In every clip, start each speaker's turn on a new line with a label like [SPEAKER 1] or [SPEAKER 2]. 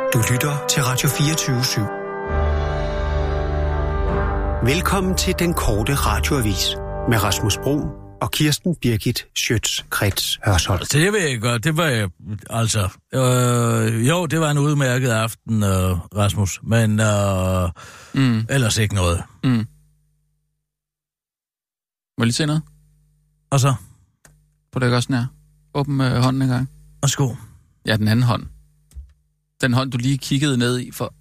[SPEAKER 1] Du lytter til Radio 24/7. Velkommen til den korte radioavis med Rasmus Bro og Kirsten Birgit Schøtz-Krets Hørsholm.
[SPEAKER 2] Det ved jeg godt. Det var jo, det var en udmærket aften, Rasmus. Men ellers ikke noget.
[SPEAKER 3] Må jeg lige se noget?
[SPEAKER 2] Og så?
[SPEAKER 3] På det også nær. Åbn hånden en gang.
[SPEAKER 2] Værsgo.
[SPEAKER 3] Ja, den anden hånd. Den hånd, du lige kiggede ned i for...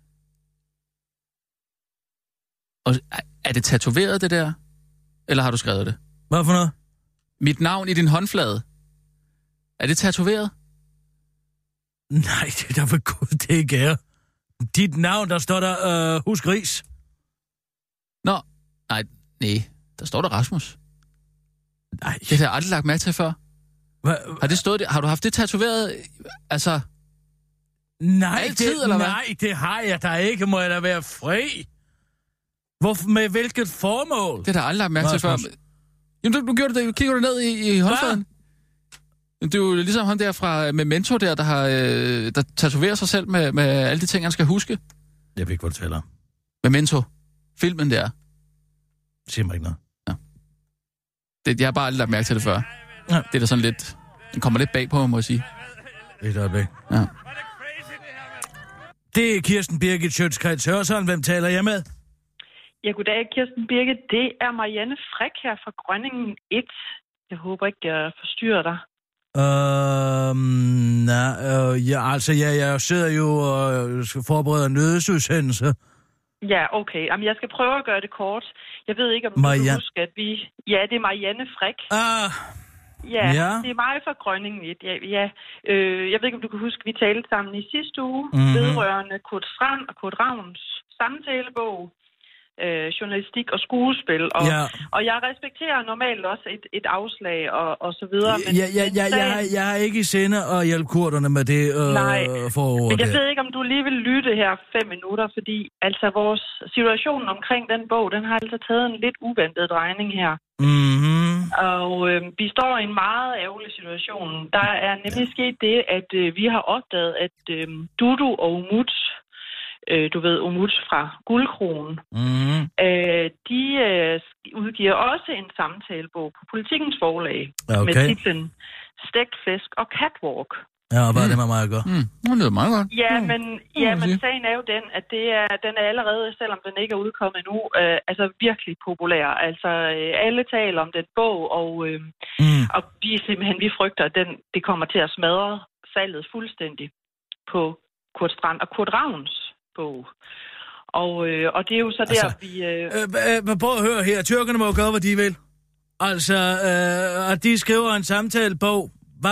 [SPEAKER 3] Og er det tatoveret, det der? Eller har du skrevet det?
[SPEAKER 2] Hvad for noget?
[SPEAKER 3] Mit navn i din håndflade. Er det tatoveret?
[SPEAKER 2] Nej, det er for gud, det ikke er. Dit navn, der står der, husk ris.
[SPEAKER 3] Nå, nej, der står der Rasmus.
[SPEAKER 2] Nej.
[SPEAKER 3] Det har jeg aldrig lagt mærke til før. Har det stået der? Har du haft det tatoveret, altså...
[SPEAKER 2] Nej,
[SPEAKER 3] altid, eller hvad?
[SPEAKER 2] Nej, det har jeg da ikke. Må jeg da være fri? Hvorfor, med hvilket formål?
[SPEAKER 3] Det har jeg aldrig lagt mærke til før. Jamen, du gjorde det. Kigger du ned i håndfladen? Det er jo ligesom han der fra Memento der, der tatoverer sig selv med alle de ting, han skal huske.
[SPEAKER 2] Jeg ved ikke, hvad du taler om.
[SPEAKER 3] Memento. Filmen der.
[SPEAKER 2] Siger mig ikke noget.
[SPEAKER 3] Ja. Jeg har bare aldrig lagt mærke til det før.
[SPEAKER 2] Ja.
[SPEAKER 3] Det er da sådan lidt... Den kommer lidt bag på, må jeg sige.
[SPEAKER 2] Et øjeblik.
[SPEAKER 3] Ja.
[SPEAKER 2] Det er Kirsten Birgit Schøtz-Krets Hørsholm. Hvem taler jeg med?
[SPEAKER 4] Ja, goddag, Kirsten Birgit. Det er Marianne Frik her fra Grønningen 1. Jeg håber ikke, jeg forstyrrer dig.
[SPEAKER 2] Jeg sidder jo og skal forberede en nyhedsudsendelse.
[SPEAKER 4] Ja, okay. Jamen, jeg skal prøve at gøre det kort. Jeg ved ikke, om du kan huske, at vi... Ja, det er Marianne Frik. Ja, det er mig fra Grønningen 1. Ja. Jeg ved ikke, om du kan huske, at vi talte sammen i sidste uge vedrørende Kurt Strand og Kurt Ravns samtalebog, journalistik og skuespil. Og jeg respekterer normalt også et afslag og så videre. Men
[SPEAKER 2] jeg har ikke i sinde at hjælpe kurderne med det forord.
[SPEAKER 4] Men jeg ved ikke, om du lige vil lytte her 5 minutter, fordi altså vores situation omkring den bog, den har altså taget en lidt uventet drejning her.
[SPEAKER 2] Mm-hmm.
[SPEAKER 4] Og vi står i en meget ærgerlig situation. Der er nemlig sket det, at vi har opdaget, at Dudu og Umut, du ved, Umut fra Guldkronen, de udgiver også en samtalebog på Politikens forlag med titlen Stegt flæsk og Catwalk.
[SPEAKER 2] Ja, og hvad er det med mig at gøre?
[SPEAKER 3] Det lyder meget godt.
[SPEAKER 4] Men sagen er jo den, at den er allerede, selvom den ikke er udkommet endnu, altså virkelig populær. Altså alle taler om den bog, og vi frygter, at det kommer til at smadre salget fuldstændig på Kurt Strand og Kurt Ravns bog. Og det er jo så der, vi...
[SPEAKER 2] Prøv at høre her. Tyrkerne må jo gøre, hvad de vil. Altså, at de skriver en samtalebog.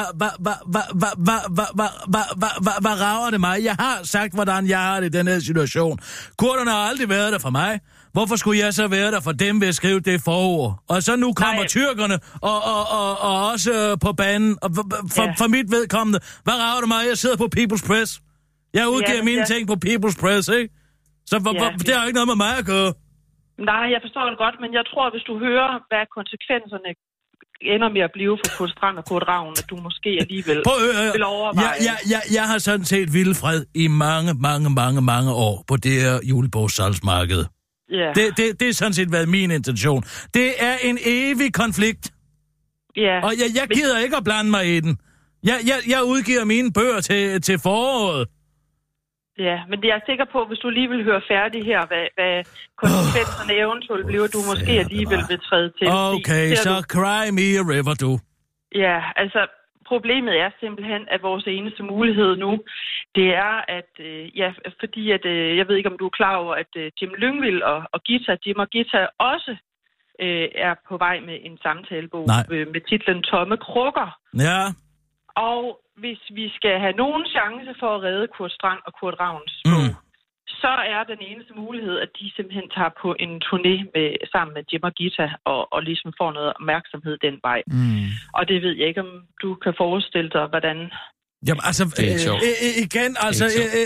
[SPEAKER 2] Hvad rager det mig? Jeg har sagt, hvordan jeg har det i den her situation. Kurderne har aldrig været der for mig. Hvorfor skulle jeg så være der for dem ved at skrive det forord? Og så nu kommer tyrkerne og også på banen. Og for mit vedkommende, hvad rager det mig? Jeg sidder på People's Press. Jeg udgiver mine ting på People's Press, ikke? Så det har ikke noget med mig at gøre.
[SPEAKER 4] Nej, jeg forstår det godt, men jeg tror, hvis du hører, hvad konsekvenserne ender med at blive for Kurt Strand og Kurt Ravn, at du måske alligevel vil overveje.
[SPEAKER 2] Jeg har sådan set vildt fred i mange år på det her julebogssalgsmarked.
[SPEAKER 4] Yeah.
[SPEAKER 2] Det er sådan set været min intention. Det er en evig konflikt.
[SPEAKER 4] Yeah.
[SPEAKER 2] Og jeg gider ikke at blande mig i den. Jeg udgiver mine bøger til foråret.
[SPEAKER 4] Ja, men jeg er sikker på, hvis du lige vil høre færdig her, hvad konsekvenserne eventuelt bliver, du måske alligevel vil træde til.
[SPEAKER 2] Okay, så cry me a river, du.
[SPEAKER 4] Ja, altså problemet er simpelthen, at vores eneste mulighed nu, det er, at fordi at, jeg ved ikke, om du er klar over, at Jim Lyngvild og Jim og Gita også er på vej med en samtalebog med titlen Tomme Krukker.
[SPEAKER 2] Ja.
[SPEAKER 4] Og hvis vi skal have nogen chance for at redde Kurt Strand og Kurt Ravns bog, så er den eneste mulighed, at de simpelthen tager på en turné sammen med Jim og Gita og ligesom får noget opmærksomhed den vej. Og det ved jeg ikke, om du kan forestille dig, hvordan...
[SPEAKER 2] Jamen altså, igen, altså,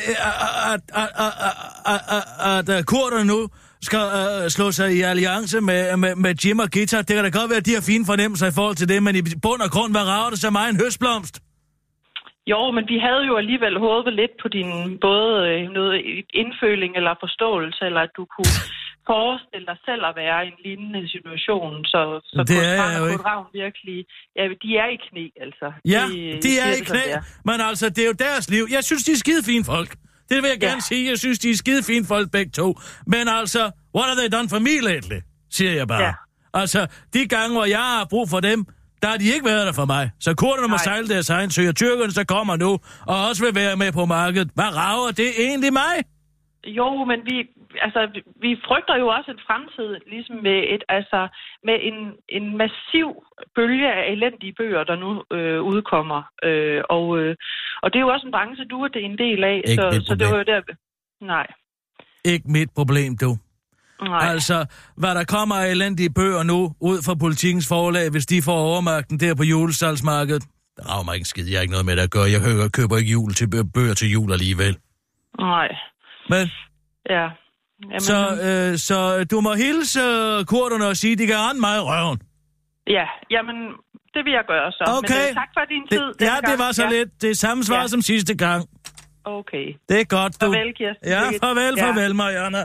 [SPEAKER 2] at kurderne nu skal slå sig i alliance med Jim og Gita, det kan da godt være, at de har fine fornemmelser i forhold til det, men i bund og grund, hvad rager det så mig en høstblomst?
[SPEAKER 4] Jo, men vi havde jo alligevel håbet lidt på din både noget indføling eller forståelse, eller at du kunne forestille dig selv at være i en lignende situation. Så
[SPEAKER 2] det er jeg jo ikke.
[SPEAKER 4] Ravn virkelig, ja, de er i knæ, altså.
[SPEAKER 2] Ja, de er i knæ, men altså, det er jo deres liv. Jeg synes, de er skide fine folk. Det vil jeg gerne sige. Jeg synes, de er skide fine folk begge to. Men altså, what have they done for me lately? Siger jeg bare. Ja. Altså, de gange, hvor jeg har brug for dem, der har de ikke været der for mig. Så kurderne må sejle deres egen sø, og tyrkerne så kommer nu, og også vil være med på markedet. Hvad rager det egentlig mig?
[SPEAKER 4] Jo, men vi frygter jo også en fremtid, ligesom med en massiv bølge af elendige bøger, der nu udkommer. Og det er jo også en branche, du er en del af. Så det var jo der... Nej.
[SPEAKER 2] Ikke mit problem, du. Nej. Altså, hvad der kommer af elendige bøger nu, ud fra Politikens forlag, hvis de får overmagten der på julesalgsmarkedet. Der rager mig ikke skid, jeg har ikke noget med det at gøre. Jeg køber ikke bøger til jul alligevel.
[SPEAKER 4] Nej.
[SPEAKER 2] Men...
[SPEAKER 4] Ja. Jamen...
[SPEAKER 2] Så du må hilse kurderne og sige, at de kan rende mig i røven.
[SPEAKER 4] Ja, jamen, det vil jeg gøre så.
[SPEAKER 2] Okay.
[SPEAKER 4] Men tak for din tid.
[SPEAKER 2] Det var så lidt. Det er samme svar som sidste gang.
[SPEAKER 4] Okay.
[SPEAKER 2] Det er godt, du.
[SPEAKER 4] Farvel, Kirsten.
[SPEAKER 2] Ja, farvel, Marianne.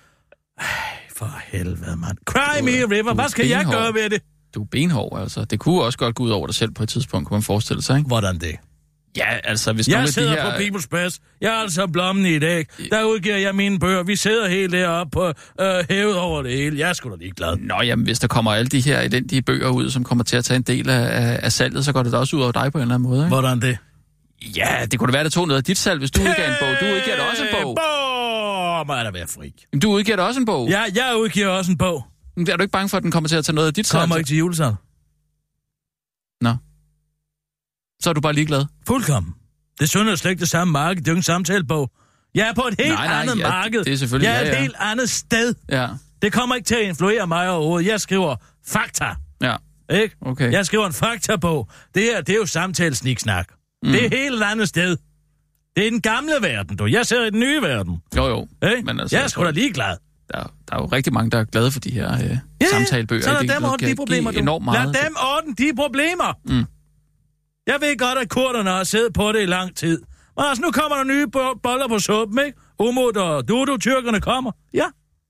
[SPEAKER 2] For helvede, mand. Cry me a river. Hvad skal jeg gøre ved det?
[SPEAKER 3] Du er benhård, altså. Det kunne også godt gå ud over dig selv på et tidspunkt, kunne man forestille sig, ikke?
[SPEAKER 2] Hvordan det?
[SPEAKER 3] Ja, altså, hvis
[SPEAKER 2] jeg sidder på People's Press. Jeg er altså blommen i dag. Der udgiver jeg mine bøger. Vi sidder helt deroppe på hævet over det hele. Jeg er sgu da ligeglad.
[SPEAKER 3] Nå, jamen, hvis der kommer alle de her elendige bøger ud, som kommer til at tage en del af salget, så går det da også ud over dig på en eller anden måde, ikke?
[SPEAKER 2] Hvordan det?
[SPEAKER 3] Ja, det kunne da være, der tog noget af dit salg, hvis du udgiver en bog. Du udgiver da også en bog.
[SPEAKER 2] Må jeg da være fri.
[SPEAKER 3] Du udgiver da også en bog.
[SPEAKER 2] Ja, jeg udgiver også en bog.
[SPEAKER 3] Men er du ikke bange for, at den kommer til at tage noget af dit salg?
[SPEAKER 2] Kommer ikke til julesalg.
[SPEAKER 3] Nå. Så er du bare ligeglad?
[SPEAKER 2] Fuldkommen. Det er slet ikke det samme marked. Det er jo en samtalebog. Jeg er på et helt andet marked.
[SPEAKER 3] Det er selvfølgelig,
[SPEAKER 2] jeg er et helt andet sted.
[SPEAKER 3] Ja.
[SPEAKER 2] Det kommer ikke til at influere mig overhovedet. Jeg skriver fakta.
[SPEAKER 3] Ja.
[SPEAKER 2] Ikke?
[SPEAKER 3] Okay.
[SPEAKER 2] Jeg skriver en faktabog. Det her, det er jo samtalesniksnak. Det er et helt andet sted. Det er den gamle verden, du. Jeg ser i den nye verden.
[SPEAKER 3] Jo.
[SPEAKER 2] Men altså, jeg er sgu da ligeglad.
[SPEAKER 3] Der er jo rigtig mange, der er glade for de her samtalebøger.
[SPEAKER 2] Så lad dem ordne de problemer, du. Lad dem ordne de problemer. Jeg ved godt, at kurderne har siddet på det i lang tid. Men altså, nu kommer der nye boller på suppen, ikke? Umut og Dudu, tyrkerne kommer. Ja.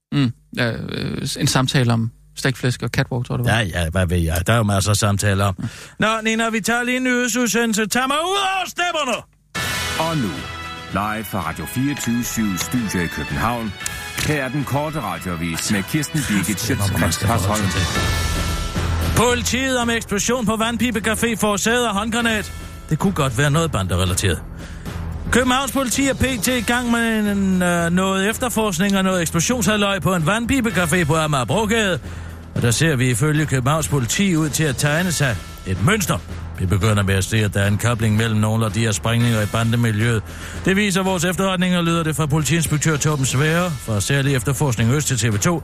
[SPEAKER 3] En samtale om stegflæsk og catwalk, tror du?
[SPEAKER 2] Ja, hvad ved jeg? Der er jo masser af samtaler om. Nå, Nina, vi tager lige en nyhedsudsendelse. Tag mig ud over stepperne!
[SPEAKER 5] Og nu, live fra Radio 24/7 Studio i København. Her er den korte radioavis med Kirsten Birgit Schøtz-Krets.
[SPEAKER 2] Politiet om eksplosion på Vandpibecafé forårsaget af håndgranat. Det kunne godt være noget banderelateret. Københavns politi er pt. i gang med noget efterforskning og noget eksplosionshalløj på en vandpibecafé på Amagerbrogade. Og der ser vi ifølge Københavns politi ud til at tegne sig et mønster. Vi begynder med at se, at der er en kobling mellem nogle af de her sprængninger i bandemiljøet. Det viser vores efterretninger, lyder det fra politiinspektør Torben Svære fra særlig efterforskning Øst til TV2.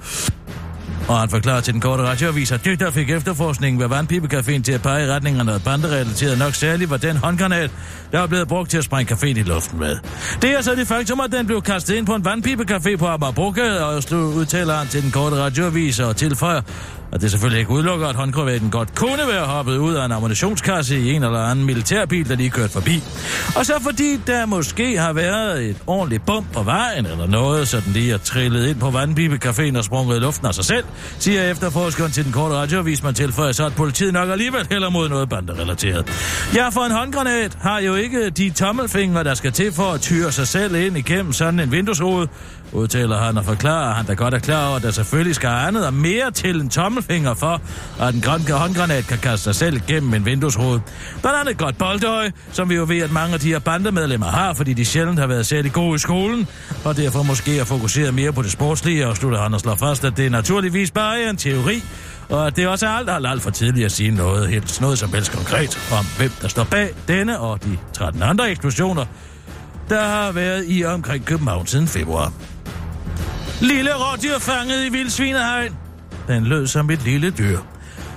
[SPEAKER 2] Og han forklarer til den korte radioavis, at der fik efterforskningen ved Vandpibecaféen til at pege i retning af noget banderelateret nok særligt var den håndgranat, der var blevet brugt til at sprænge caféen i luften med. Det er så det faktum, at den blev kastet ind på en vandpibecafé på Amagerbrogade, og udtaler han til den korte radioavis og tilføjer, og det selvfølgelig ikke udelukker, at håndgranaten godt kunne være hoppet ud af en ammunitionskasse i en eller anden militærbil, der lige kørte forbi. Og så fordi der måske har været et ordentligt bump på vejen eller noget, så den lige er trillet ind på vandpibecaféen og sprunget i luften af sig selv, siger efterforskeren til den korte radioavis, man tilføjer så, at politiet nok alligevel hælder mod noget banderelateret. Ja, for en håndgranat har jo ikke de tommelfingre, der skal til for at tyre sig selv ind igennem sådan en vinduesrude, udtaler han og forklarer, han der godt er klar over, at der selvfølgelig skal andet og mere til en tommelfinger for, at en grøn håndgranat kan kaste sig selv igennem en vinduesrude. Blandt andet et godt boldøje, som vi jo ved, at mange af de her bandemedlemmer har, fordi de sjældent har været særlig gode i skolen, og derfor måske har fokuseret mere på det sportslige, og slutter han og slår fast, at det naturligvis bare er en teori, og at det også er alt for tidligt at sige noget som helst konkret om, hvem der står bag denne og de 13 andre eksplosioner, der har været i omkring København siden februar. Lille rådyr fanget i vildsvinehegn. Den lød som et lille dyr.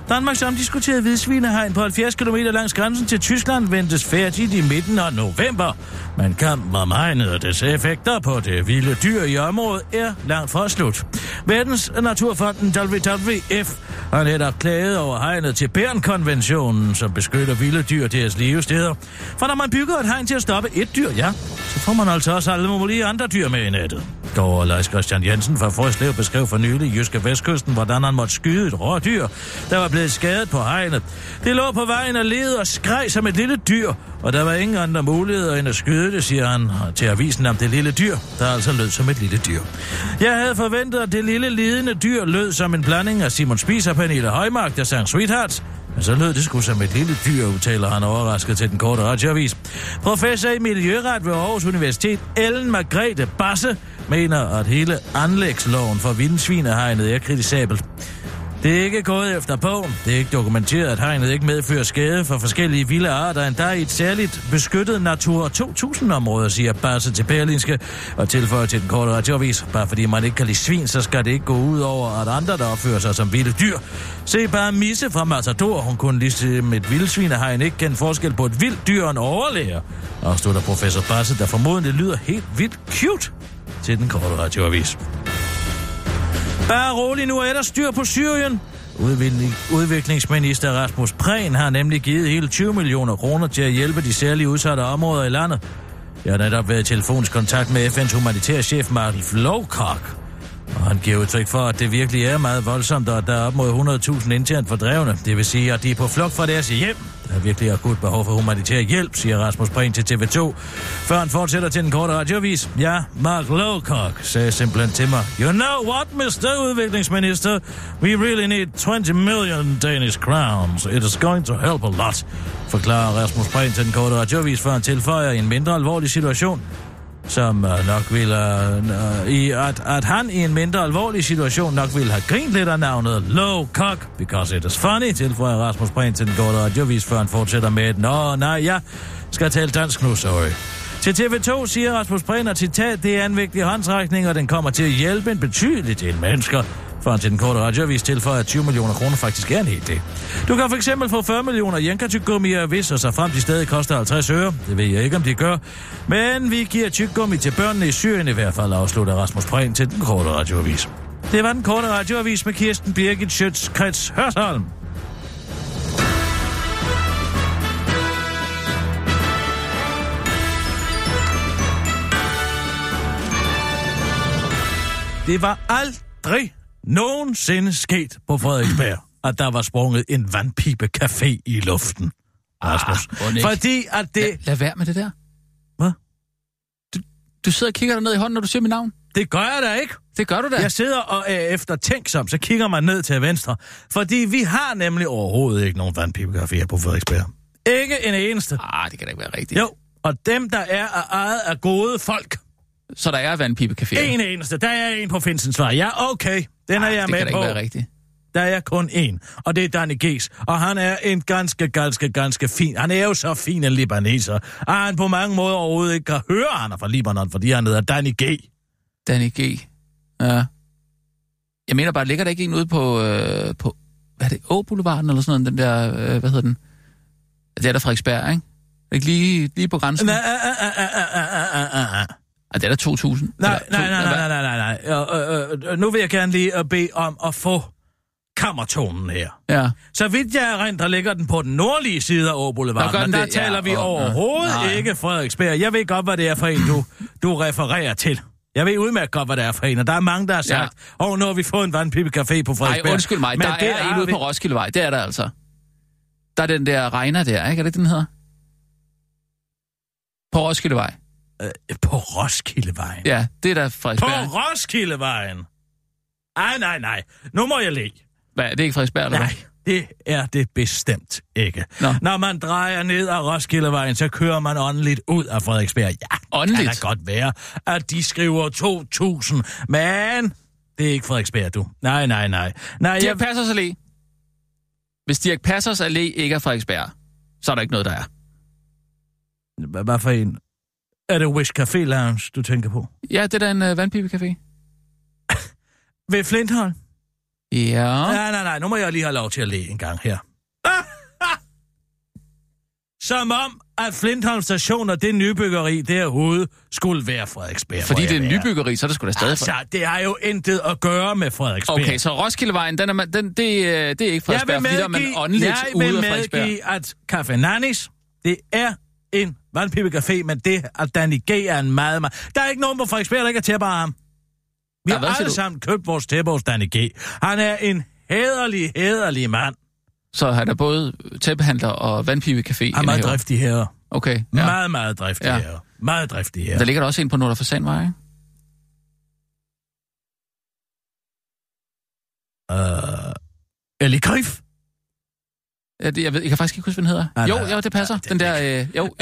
[SPEAKER 2] Danmarks omdiskuterede hvidsvinehegn på 70 km langs grænsen til Tyskland ventes færdigt i midten af november. Men kampen om hegnet og dets effekter på det vilde dyr i området er langt fra slut. Verdens Naturfonden WWF har netop klaget over hegnet til Bernkonventionen, som beskytter vilde dyr deres levesteder. For når man bygger et hegn til at stoppe et dyr, ja, så får man altså også alle mulige andre dyr med i nettet. Gård Leif Christian Jensen fra Frøslev beskrev for nylig i Jyske Vestkysten, hvordan han måtte skyde et rådyr, der var blevet skadet på hegnet. Det lå på vejen og led og skreg som et lille dyr, og der var ingen andre muligheder end at skyde det, siger han til avisen om det lille dyr, der altså lød som et lille dyr. Jeg havde forventet, at det lille lidende dyr lød som en blanding af Simon Spies og Pernille Højmark, der sang Sweethearts. Men så lød det sgu som et lille dyr, udtaler han overrasket til den korte radioavis. Professor i miljøret ved Aarhus Universitet, Ellen Margrethe Basse, mener, at hele anlægsloven for vildsvinehegnet er kritisabelt. Det er ikke gået efter bogen. Det er ikke dokumenteret, at hegnet ikke medfører skade for forskellige vilde arter, endda i et særligt beskyttet Natura 2000-område, siger Basse til Berlingske, og tilføjer til den korte radioavis. Bare fordi man ikke kan lide svin, så skal det ikke gå ud over, at andre, der opfører sig som vilde dyr. Se bare Misse fra Matador. Hun kunne ligesom et vildsvinehegn ikke kende forskel på et vildt dyr og en overlæger. Afslutter professor Basse, der formodentlig lyder helt vildt cute til den korte radioavis. Bare rolig, nu er der styr på Syrien. Udviklingsminister Rasmus Prehn har nemlig givet hele 20 millioner kroner til at hjælpe de særligt udsatte områder i landet. Jeg har netop været i telefonisk kontakt med FN's humanitære chef Martin Lowcock, og han giver udtryk for, at det virkelig er meget voldsomt, og at der er op mod 100.000 internt fordrevne. Det vil sige, at de er på flugt fra deres hjem. Der er virkelig akut behov for humanitær hjælp, siger Rasmus Prehn til TV2. Før han fortsætter til den korte radioavis. Ja, Mark Lowcock sagde simpelthen til mig: You know what, Mr. Udviklingsminister? We really need 20 million Danish crowns. It is going to help a lot, forklarer Rasmus Prehn til den korte radioavis, før han tilføjer en mindre alvorlig situation, som nok ville at han i en mindre alvorlig situation nok ville have grint lidt af navnet Lowcock, because it is funny, tilføjer Rasmus Prehn til den korte radioavis, før han fortsætter med et: Nå, nej, jeg skal tale dansk nu, sorry. Til TV2 siger Rasmus Prehn, at citat, det er en vigtig håndsrækning, og den kommer til at hjælpe en betydelig del mennesker. For han til den korte radioavis tilføjer, at 20 millioner kroner faktisk er en hel del. Du kan for eksempel få 40 millioner jenka-tyggegummier, hvis og så frem de stadig koster 50 øre. Det ved jeg ikke, om de gør. Men vi giver tyggegummi til børnene i Syrien i hvert fald, afslutter Rasmus Prehn til den korte radioavis. Det var den korte radioavis med Kirsten Birgit Schøtz-Krets Hørsholm. Det var aldrig nogensinde sket på Frederiksberg, at der var sprunget en vandpipe-café i luften. Rasmus. Fordi at det...
[SPEAKER 3] Lad være med det der.
[SPEAKER 2] Hvad?
[SPEAKER 3] Du sidder og kigger dig ned i hånden, når du siger mit navn.
[SPEAKER 2] Det gør jeg da ikke.
[SPEAKER 3] Det gør du da.
[SPEAKER 2] Jeg sidder og eftertænksom, så kigger man ned til venstre. Fordi vi har nemlig overhovedet ikke nogen vandpipe-caféer på Frederiksberg. Ikke en eneste.
[SPEAKER 3] Det kan da ikke være rigtigt.
[SPEAKER 2] Jo, og dem, der er ejet af gode folk.
[SPEAKER 3] Så der er vandpipe-caféer?
[SPEAKER 2] En eneste. Der er en på Finsensvej. Ja, okay. Den er jeg med på.
[SPEAKER 3] Det kan da ikke være rigtigt.
[SPEAKER 2] Der er kun en, og det er Danny G's. Og han er en ganske fin. Han er jo så fin en libaneser, at han på mange måder overhovedet ikke kan høre, at han er fra Libanon, fordi han hedder Danny G.
[SPEAKER 3] Danny G. Ja. Jeg mener bare, ligger der ikke en ude på hvad er det, Åboulevarden eller sådan noget, den der, hvad hedder den? Det er der Frederiksberg, ikke? Ikke lige på grænsen? Det er der 2000.
[SPEAKER 2] Nej. Nu vil jeg gerne lige bede om at få kammertonen her.
[SPEAKER 3] Ja.
[SPEAKER 2] Så vidt jeg erindrer, ligger den på den nordlige side af Åboulevarden, og der taler vi overhovedet ikke Frederiksberg. Jeg ved godt, hvad det er for en, du refererer til. Jeg ved udmærket godt, hvad det er for en, og der er mange, der har sagt, nu har vi fået en vandpipe-café på Frederiksberg.
[SPEAKER 3] Nej, undskyld mig, men der er en ude på Roskildevej, det er der altså. Der er den der Regner der, ikke? Er det den hedder? På Roskildevej.
[SPEAKER 2] På Roskildevejen?
[SPEAKER 3] Ja, det er der Frederiksberg.
[SPEAKER 2] På Roskildevejen? Nej. Nu må jeg le.
[SPEAKER 3] Hvad, det er ikke Frederiksberg, eller hvad?
[SPEAKER 2] Nej, det er det bestemt ikke. Nå. Når man drejer ned ad Roskildevejen, så kører man åndeligt ud af Frederiksberg. Ja, åndeligt? Det kan da godt være, at de skriver 2000, men det er ikke Frederiksberg, du. Nej.
[SPEAKER 3] Dirch Passers Allé. Hvis Dirch Passers Allé ikke er Frederiksberg, så er der ikke noget, der er.
[SPEAKER 2] Hvad for en? Er det Wish Café Lounge, du tænker på?
[SPEAKER 3] Ja, det er da en vandpipe-café.
[SPEAKER 2] Ved Flintholm?
[SPEAKER 3] Ja.
[SPEAKER 2] Nej, nu må jeg lige have lov til at læge en gang her. Som om, at Flintholm Station og det nybyggeri derude skulle være Frederiksberg.
[SPEAKER 3] Fordi det er en nybyggeri, så er det sgu da stadig
[SPEAKER 2] altså, det har jo intet at gøre med Frederiksberg.
[SPEAKER 3] Okay, så Roskildevejen, det er ikke Frederiksberg, fordi der er man åndeligt ude af Frederiksberg.
[SPEAKER 2] Jeg vil medgive, at Café Nannis, det er en vandpibecafé, men det at Danny G er en meget... Der er ikke nogen på Frederiksberg, der ikke er tæpper af ham. Vi har alle sammen købt vores tæpper hos Danny G. Han er en hæderlig mand.
[SPEAKER 3] Så har der både tæppehandler og vandpibecafé.
[SPEAKER 2] Han er meget driftig her.
[SPEAKER 3] Okay. Ja.
[SPEAKER 2] Meget driftig her. Meget driftig her.
[SPEAKER 3] Der ligger der også en på Nordre Fasanvej, ikke?
[SPEAKER 2] Ellie Grif.
[SPEAKER 3] Jeg kan faktisk ikke huske, hvad den hedder. Jo, det passer. Den der, jo.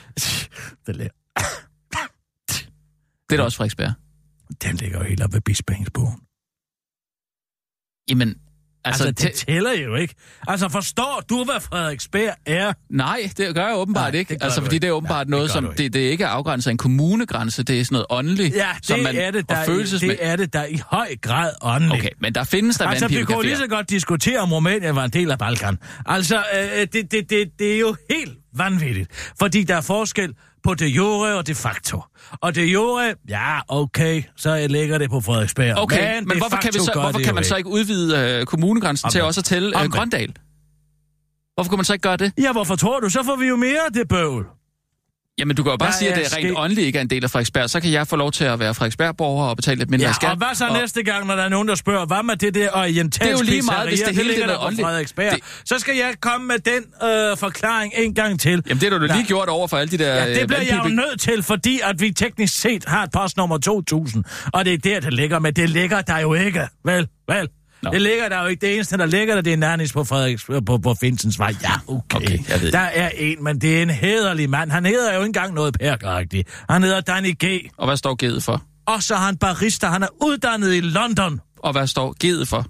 [SPEAKER 3] Det er da også Frederiksberg.
[SPEAKER 2] Den ligger jo helt oppe ved Bispebængsbogen.
[SPEAKER 3] Jamen,
[SPEAKER 2] altså det tæller jo ikke. Altså, forstår du, hvad Frederiksberg er?
[SPEAKER 3] Nej, det gør jeg åbenbart ikke. Altså, fordi det er åbenbart noget, som... Det ikke er afgrænset af en kommunegrænse. Det er sådan noget åndeligt.
[SPEAKER 2] Ja, det er det der i høj grad åndeligt.
[SPEAKER 3] Okay, men der findes der vandpibecaféer.
[SPEAKER 2] Altså, vi kunne lige så godt diskutere, om Rumænien var en del af Balkan. Altså, det er jo helt vanvittigt. Fordi der er forskel på de jure og de facto. Og de jure, ja, okay, så ligger det på Frederiksberg.
[SPEAKER 3] Okay, men hvorfor kan man så ikke udvide kommunegrænsen til også at tælle Grøndal? Hvorfor kunne man så ikke gøre det?
[SPEAKER 2] Ja, hvorfor tror du? Så får vi jo mere af det bøvl.
[SPEAKER 3] Jamen, du kan jo bare sige, at det rent åndeligt ikke er en del af Frederiksberg. Så kan jeg få lov til at være Frederiksberg-borger og betale lidt mindre skat.
[SPEAKER 2] Og hvad så næste gang, når der er nogen, der spørger, hvad med det der orientalsk pizzeria? Det er jo lige meget, hvis det hele ligger der på Frederiksberg. Så skal jeg komme med den forklaring en gang til.
[SPEAKER 3] Jamen, det har du lige gjort over for alle de der...
[SPEAKER 2] Ja, det bliver jeg jo nødt til, fordi at vi teknisk set har et postnummer 2000. Og det er der, det ligger, men det ligger der jo ikke. Vel. No. Det ligger der jo ikke. Det eneste, der ligger der, det er Nannis på Finsensvej. Ja, okay der er en, men det er en hæderlig mand. Han hedder jo ikke engang noget pærkeragtigt. Han hedder Danny G.
[SPEAKER 3] Og hvad står G'et for?
[SPEAKER 2] Og så er han barista. Han er uddannet i London.
[SPEAKER 3] Og hvad står G'et for?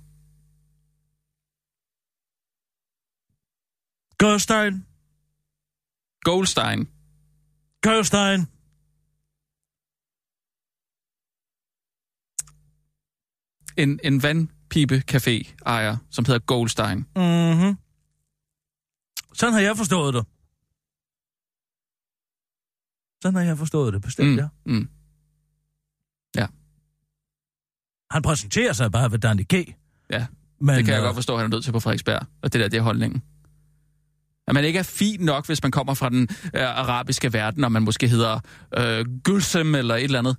[SPEAKER 2] Goldstein.
[SPEAKER 3] En vandpibe-café-ejer, som hedder Goldstein.
[SPEAKER 2] Mhm. Sådan har jeg forstået det. Bestemt, ja. Mm.
[SPEAKER 3] Ja.
[SPEAKER 2] Han præsenterer sig bare ved Danny G.
[SPEAKER 3] Ja, men, det kan jeg godt forstå, at han er nødt til på Frederiksberg. Og det er holdningen. At man ikke er fin nok, hvis man kommer fra den arabiske verden, og man måske hedder Gülsem eller et eller andet.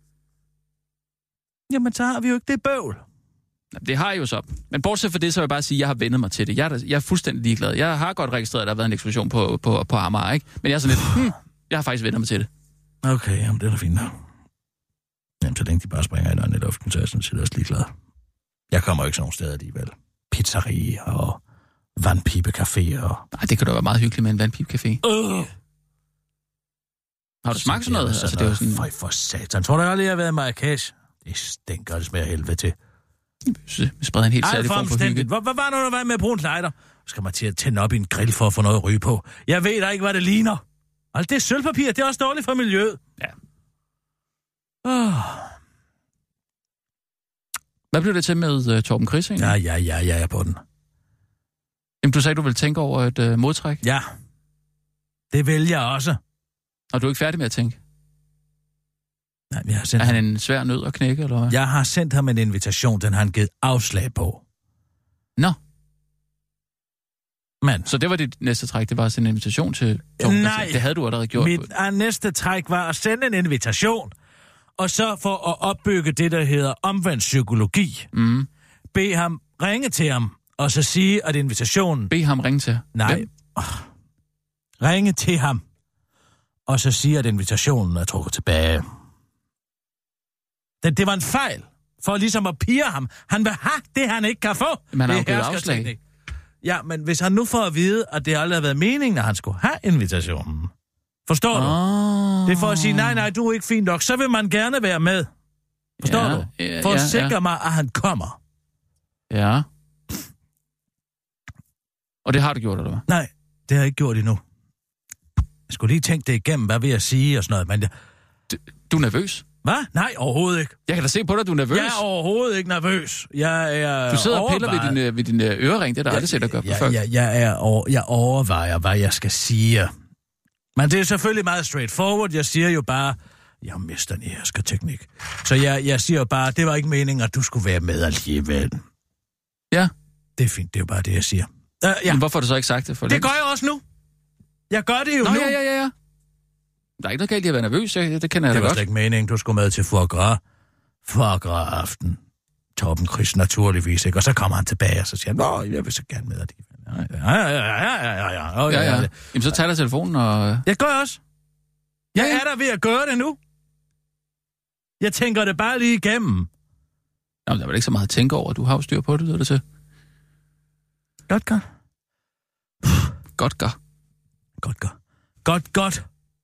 [SPEAKER 2] Jamen, så har vi jo ikke det bøvl.
[SPEAKER 3] Det har jeg jo så. Men bortset fra det, så vil jeg bare sige, at jeg har vendet mig til det. Jeg er fuldstændig ligeglad. Jeg har godt registreret, at der har været en eksplosion på Amager, ikke? Men jeg er sådan lidt, jeg har faktisk vendet mig til det.
[SPEAKER 2] Okay, jamen det er da fint nok. Jamen, så længe de bare springer ind i luften, så er jeg sådan set også ligeglad. Jeg kommer jo ikke sådan nogle steder alligevel. Pizzeria og vandpibecafé og...
[SPEAKER 3] Nej, det kan da være meget hyggeligt med en vandpibecafé. Har du smagt sådan noget? Altså, det er jo sådan...
[SPEAKER 2] Føj for satan. Tror du aldrig, jeg har været i Marrakesh? Det stinker, det smager helvede til.
[SPEAKER 3] Vi spreder en helt særlig form for hygge.
[SPEAKER 2] Hvad var nu, der var med at bruge en lighter? Skal man til at tænde op i en grill for at få noget at ryge på? Jeg ved da ikke, hvad det ligner. Altså, det er sølvpapir. Det er også dårligt for miljøet.
[SPEAKER 3] Ja. Hvad blev det til med Torben Chris egentlig?
[SPEAKER 2] Ja, jeg er på den.
[SPEAKER 3] Jamen, du sagde, du ville tænke over et modtræk?
[SPEAKER 2] Ja. Det vil jeg også.
[SPEAKER 3] Og du er ikke færdig med at tænke?
[SPEAKER 2] Nej, jeg har sendt
[SPEAKER 3] han en svær nød at knække, eller hvad?
[SPEAKER 2] Jeg har sendt ham en invitation, den har han givet afslag på.
[SPEAKER 3] Nå.
[SPEAKER 2] Men.
[SPEAKER 3] Så det var dit næste træk, det var at sende en invitation til Torben?
[SPEAKER 2] Nej.
[SPEAKER 3] Det havde du allerede gjort.
[SPEAKER 2] Mit næste træk var at sende en invitation, og så for at opbygge det, der hedder omvendt psykologi.
[SPEAKER 3] Mm.
[SPEAKER 2] Bed ham ringe til ham, og så sige, at invitationen...
[SPEAKER 3] Bed ham ringe til?
[SPEAKER 2] Nej. Ringe til ham, og så sige, at invitationen er trukket tilbage. Det var en fejl, for ligesom at pirre ham. Han vil have det, han ikke kan få.
[SPEAKER 3] Man har jo givet afslag.
[SPEAKER 2] Ja, men hvis han nu får at vide, at det aldrig har været meningen, at han skulle have invitationen. Forstår du? Det er for at sige, nej, du er ikke fin nok. Så vil man gerne være med. Forstår du? For at sikre mig, at han kommer.
[SPEAKER 3] Ja. Og det har du gjort, eller hvad?
[SPEAKER 2] Nej, det har jeg ikke gjort endnu. Jeg skulle lige tænke det igennem, hvad vil jeg sige og sådan noget, men...
[SPEAKER 3] Du er nervøs?
[SPEAKER 2] Hvad? Nej, overhovedet ikke.
[SPEAKER 3] Jeg kan da se på dig, du er nervøs.
[SPEAKER 2] Jeg er overhovedet ikke nervøs. Jeg er
[SPEAKER 3] du sidder og piller ved din ørering, det er der aldrig set at gøre på før.
[SPEAKER 2] Jeg overvejer, hvad jeg skal sige. Men det er selvfølgelig meget straightforward. Jeg siger jo bare, jeg mister den herske teknik. Så jeg siger jo bare, det var ikke meningen, at du skulle være med alligevel.
[SPEAKER 3] Ja.
[SPEAKER 2] Det er fint, det er jo bare det, jeg siger.
[SPEAKER 3] Ja. Men hvorfor har du så ikke sagt det for
[SPEAKER 2] det gør jeg også nu. Jeg gør det jo nu.
[SPEAKER 3] Ja. Der er ikke noget galt i at være nervøs, det kender jeg da godt.
[SPEAKER 2] Det var slet ikke meningen, du skulle med til foie gras aften. Torben Chris naturligvis, ikke? Og så kommer han tilbage, og så siger han, jeg vil så gerne med alligevel. Ja.
[SPEAKER 3] Jamen, så tager jeg telefonen, og...
[SPEAKER 2] Jeg gør også. Jeg er der ved at gøre det nu. Jeg tænker det bare lige igennem.
[SPEAKER 3] Jamen, der er vel ikke så meget at tænke over. Du har jo styr på det, er det til.
[SPEAKER 2] Godt.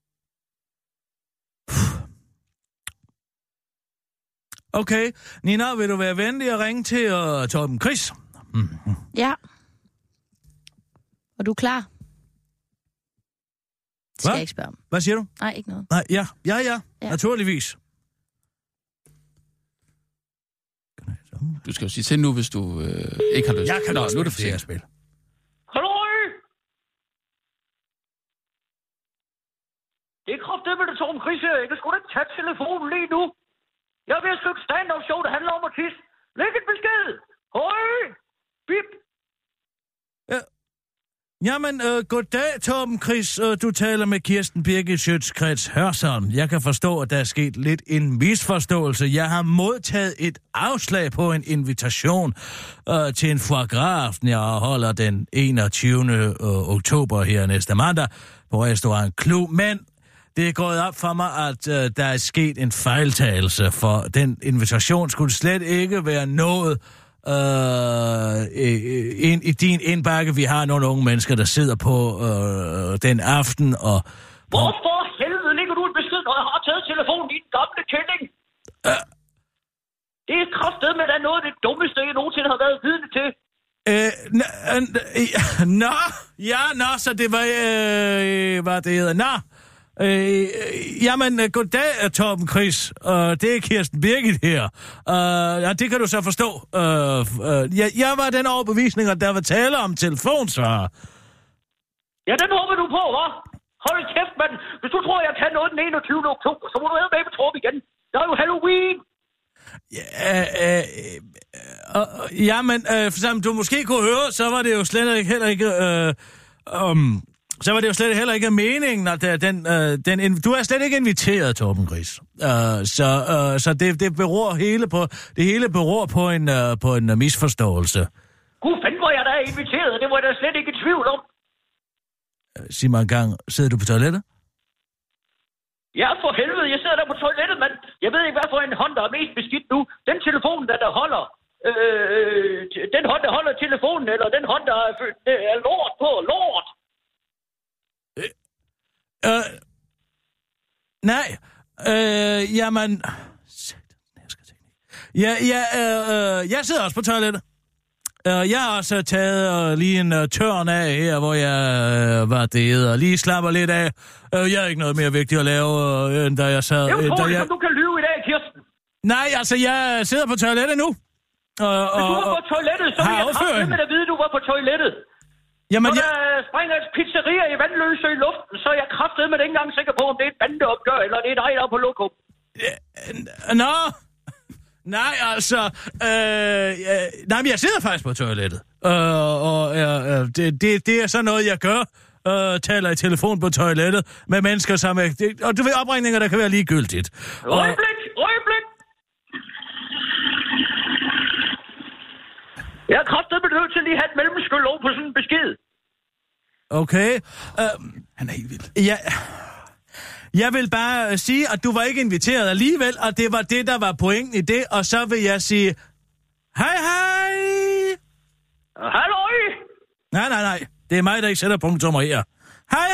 [SPEAKER 2] Okay, Nina, vil du være venlig at ringe til Torben Chris?
[SPEAKER 6] Ja. Er du klar? Det skal jeg ikke spørge om.
[SPEAKER 2] Hvad siger du?
[SPEAKER 6] Nej, ikke noget.
[SPEAKER 2] Nej, ja. Naturligvis.
[SPEAKER 3] Du skal jo sige til nu, hvis du ikke har lyst.
[SPEAKER 2] Jeg kan også spille det spil.
[SPEAKER 7] Hallo? Det er kraftedeme, det Torben Chris her. Jeg kan sgu da ikke tage telefonen lige nu. Jeg er ved at skrive et stand-up show, der handler om at tisse. Læg et besked. Høj! Bip!
[SPEAKER 2] Ja. Jamen, goddag, Torben Chris. Du taler med Kirsten Birgit Schøtz-Krets Hørsholm. Jeg kan forstå, at der er sket lidt en misforståelse. Jeg har modtaget et afslag på en invitation til en foie gras-aften, jeg holder den 21. oktober her næste mandag på restaurant Clou. Men det er gået op for mig, at der er sket en fejltagelse, for den invitation skulle slet ikke være nået i din indbakke. Vi har nogle unge mennesker, der sidder på den aften, og...
[SPEAKER 7] Hvorfor helvede ligger du en besked, når jeg har taget telefonen i den gamle kælling? Det er kraftedeme, der er noget af det dummeste, jeg nogensinde har været vidne til.
[SPEAKER 2] Så det var... hvad det hedder? Jamen, goddag, Torben Chris. Det er Kirsten Birgit her. Det kan du så forstå. Jeg var den overbevisning, at der var tale om telefonsvarer.
[SPEAKER 7] Ja, den håber du på, hva'? Hold kæft, mand. Hvis du tror, jeg kan noget den 21. oktober, så må du med på Torben igen. Der er jo Halloween.
[SPEAKER 2] Som du måske kunne høre, så var det jo slet ikke Så var det jo slet heller ikke meningen, at du er slet ikke inviteret, Torben Chris. Så det hele beror på en misforståelse.
[SPEAKER 7] Gud fanden, hvor jeg da er inviteret. Det var jeg da slet ikke i tvivl om.
[SPEAKER 2] Sig mig en gang, sidder du på toilettet?
[SPEAKER 7] Ja, for helvede, jeg sidder der på toilettet, mand. Jeg ved ikke, hvad for en hånd, der er mest beskidt nu. Den telefon, der holder... den hånd, der holder telefonen, eller den hånd, der er lort på. Lort!
[SPEAKER 2] Nej. Jamen... Jeg sidder også på toilettet. Jeg har også taget lige en tørn af her, hvor jeg lige slapper lidt af. Jeg har ikke noget mere vigtigt at lave, end da jeg sad...
[SPEAKER 7] Det er utroligt, som du kan lyve i dag, Kirsten.
[SPEAKER 2] Nej, altså, jeg sidder på toilettet nu.
[SPEAKER 7] Hvis du var på toilettet, så vil jeg kraftedeme at vide, at du var på toilettet.
[SPEAKER 2] Jamen,
[SPEAKER 7] når der springer et pizzeria i Vandløse i luften, så er jeg kraftedeme ikke engang sikker på, om det er et bandeopgør, eller det er dig, der er på lokum.
[SPEAKER 2] Nej, altså... nej, men jeg sidder faktisk på toilettet. Det er sådan noget, jeg gør. Taler i telefon på toilettet med mennesker, som er... Og du ved, opringninger, der kan være ligegyldigt.
[SPEAKER 7] Øjeblik! Jeg er kraftedeme nødt til lige at have et mellemskyld over på sådan en besked.
[SPEAKER 2] Okay.
[SPEAKER 3] Han er helt vild.
[SPEAKER 2] Ja... Jeg vil bare sige, at du var ikke inviteret alligevel, og det var det, der var pointen i det, og så vil jeg sige, hej.
[SPEAKER 7] Halløj.
[SPEAKER 2] Nej. Det er mig, der ikke sætter punktummer her. Hej.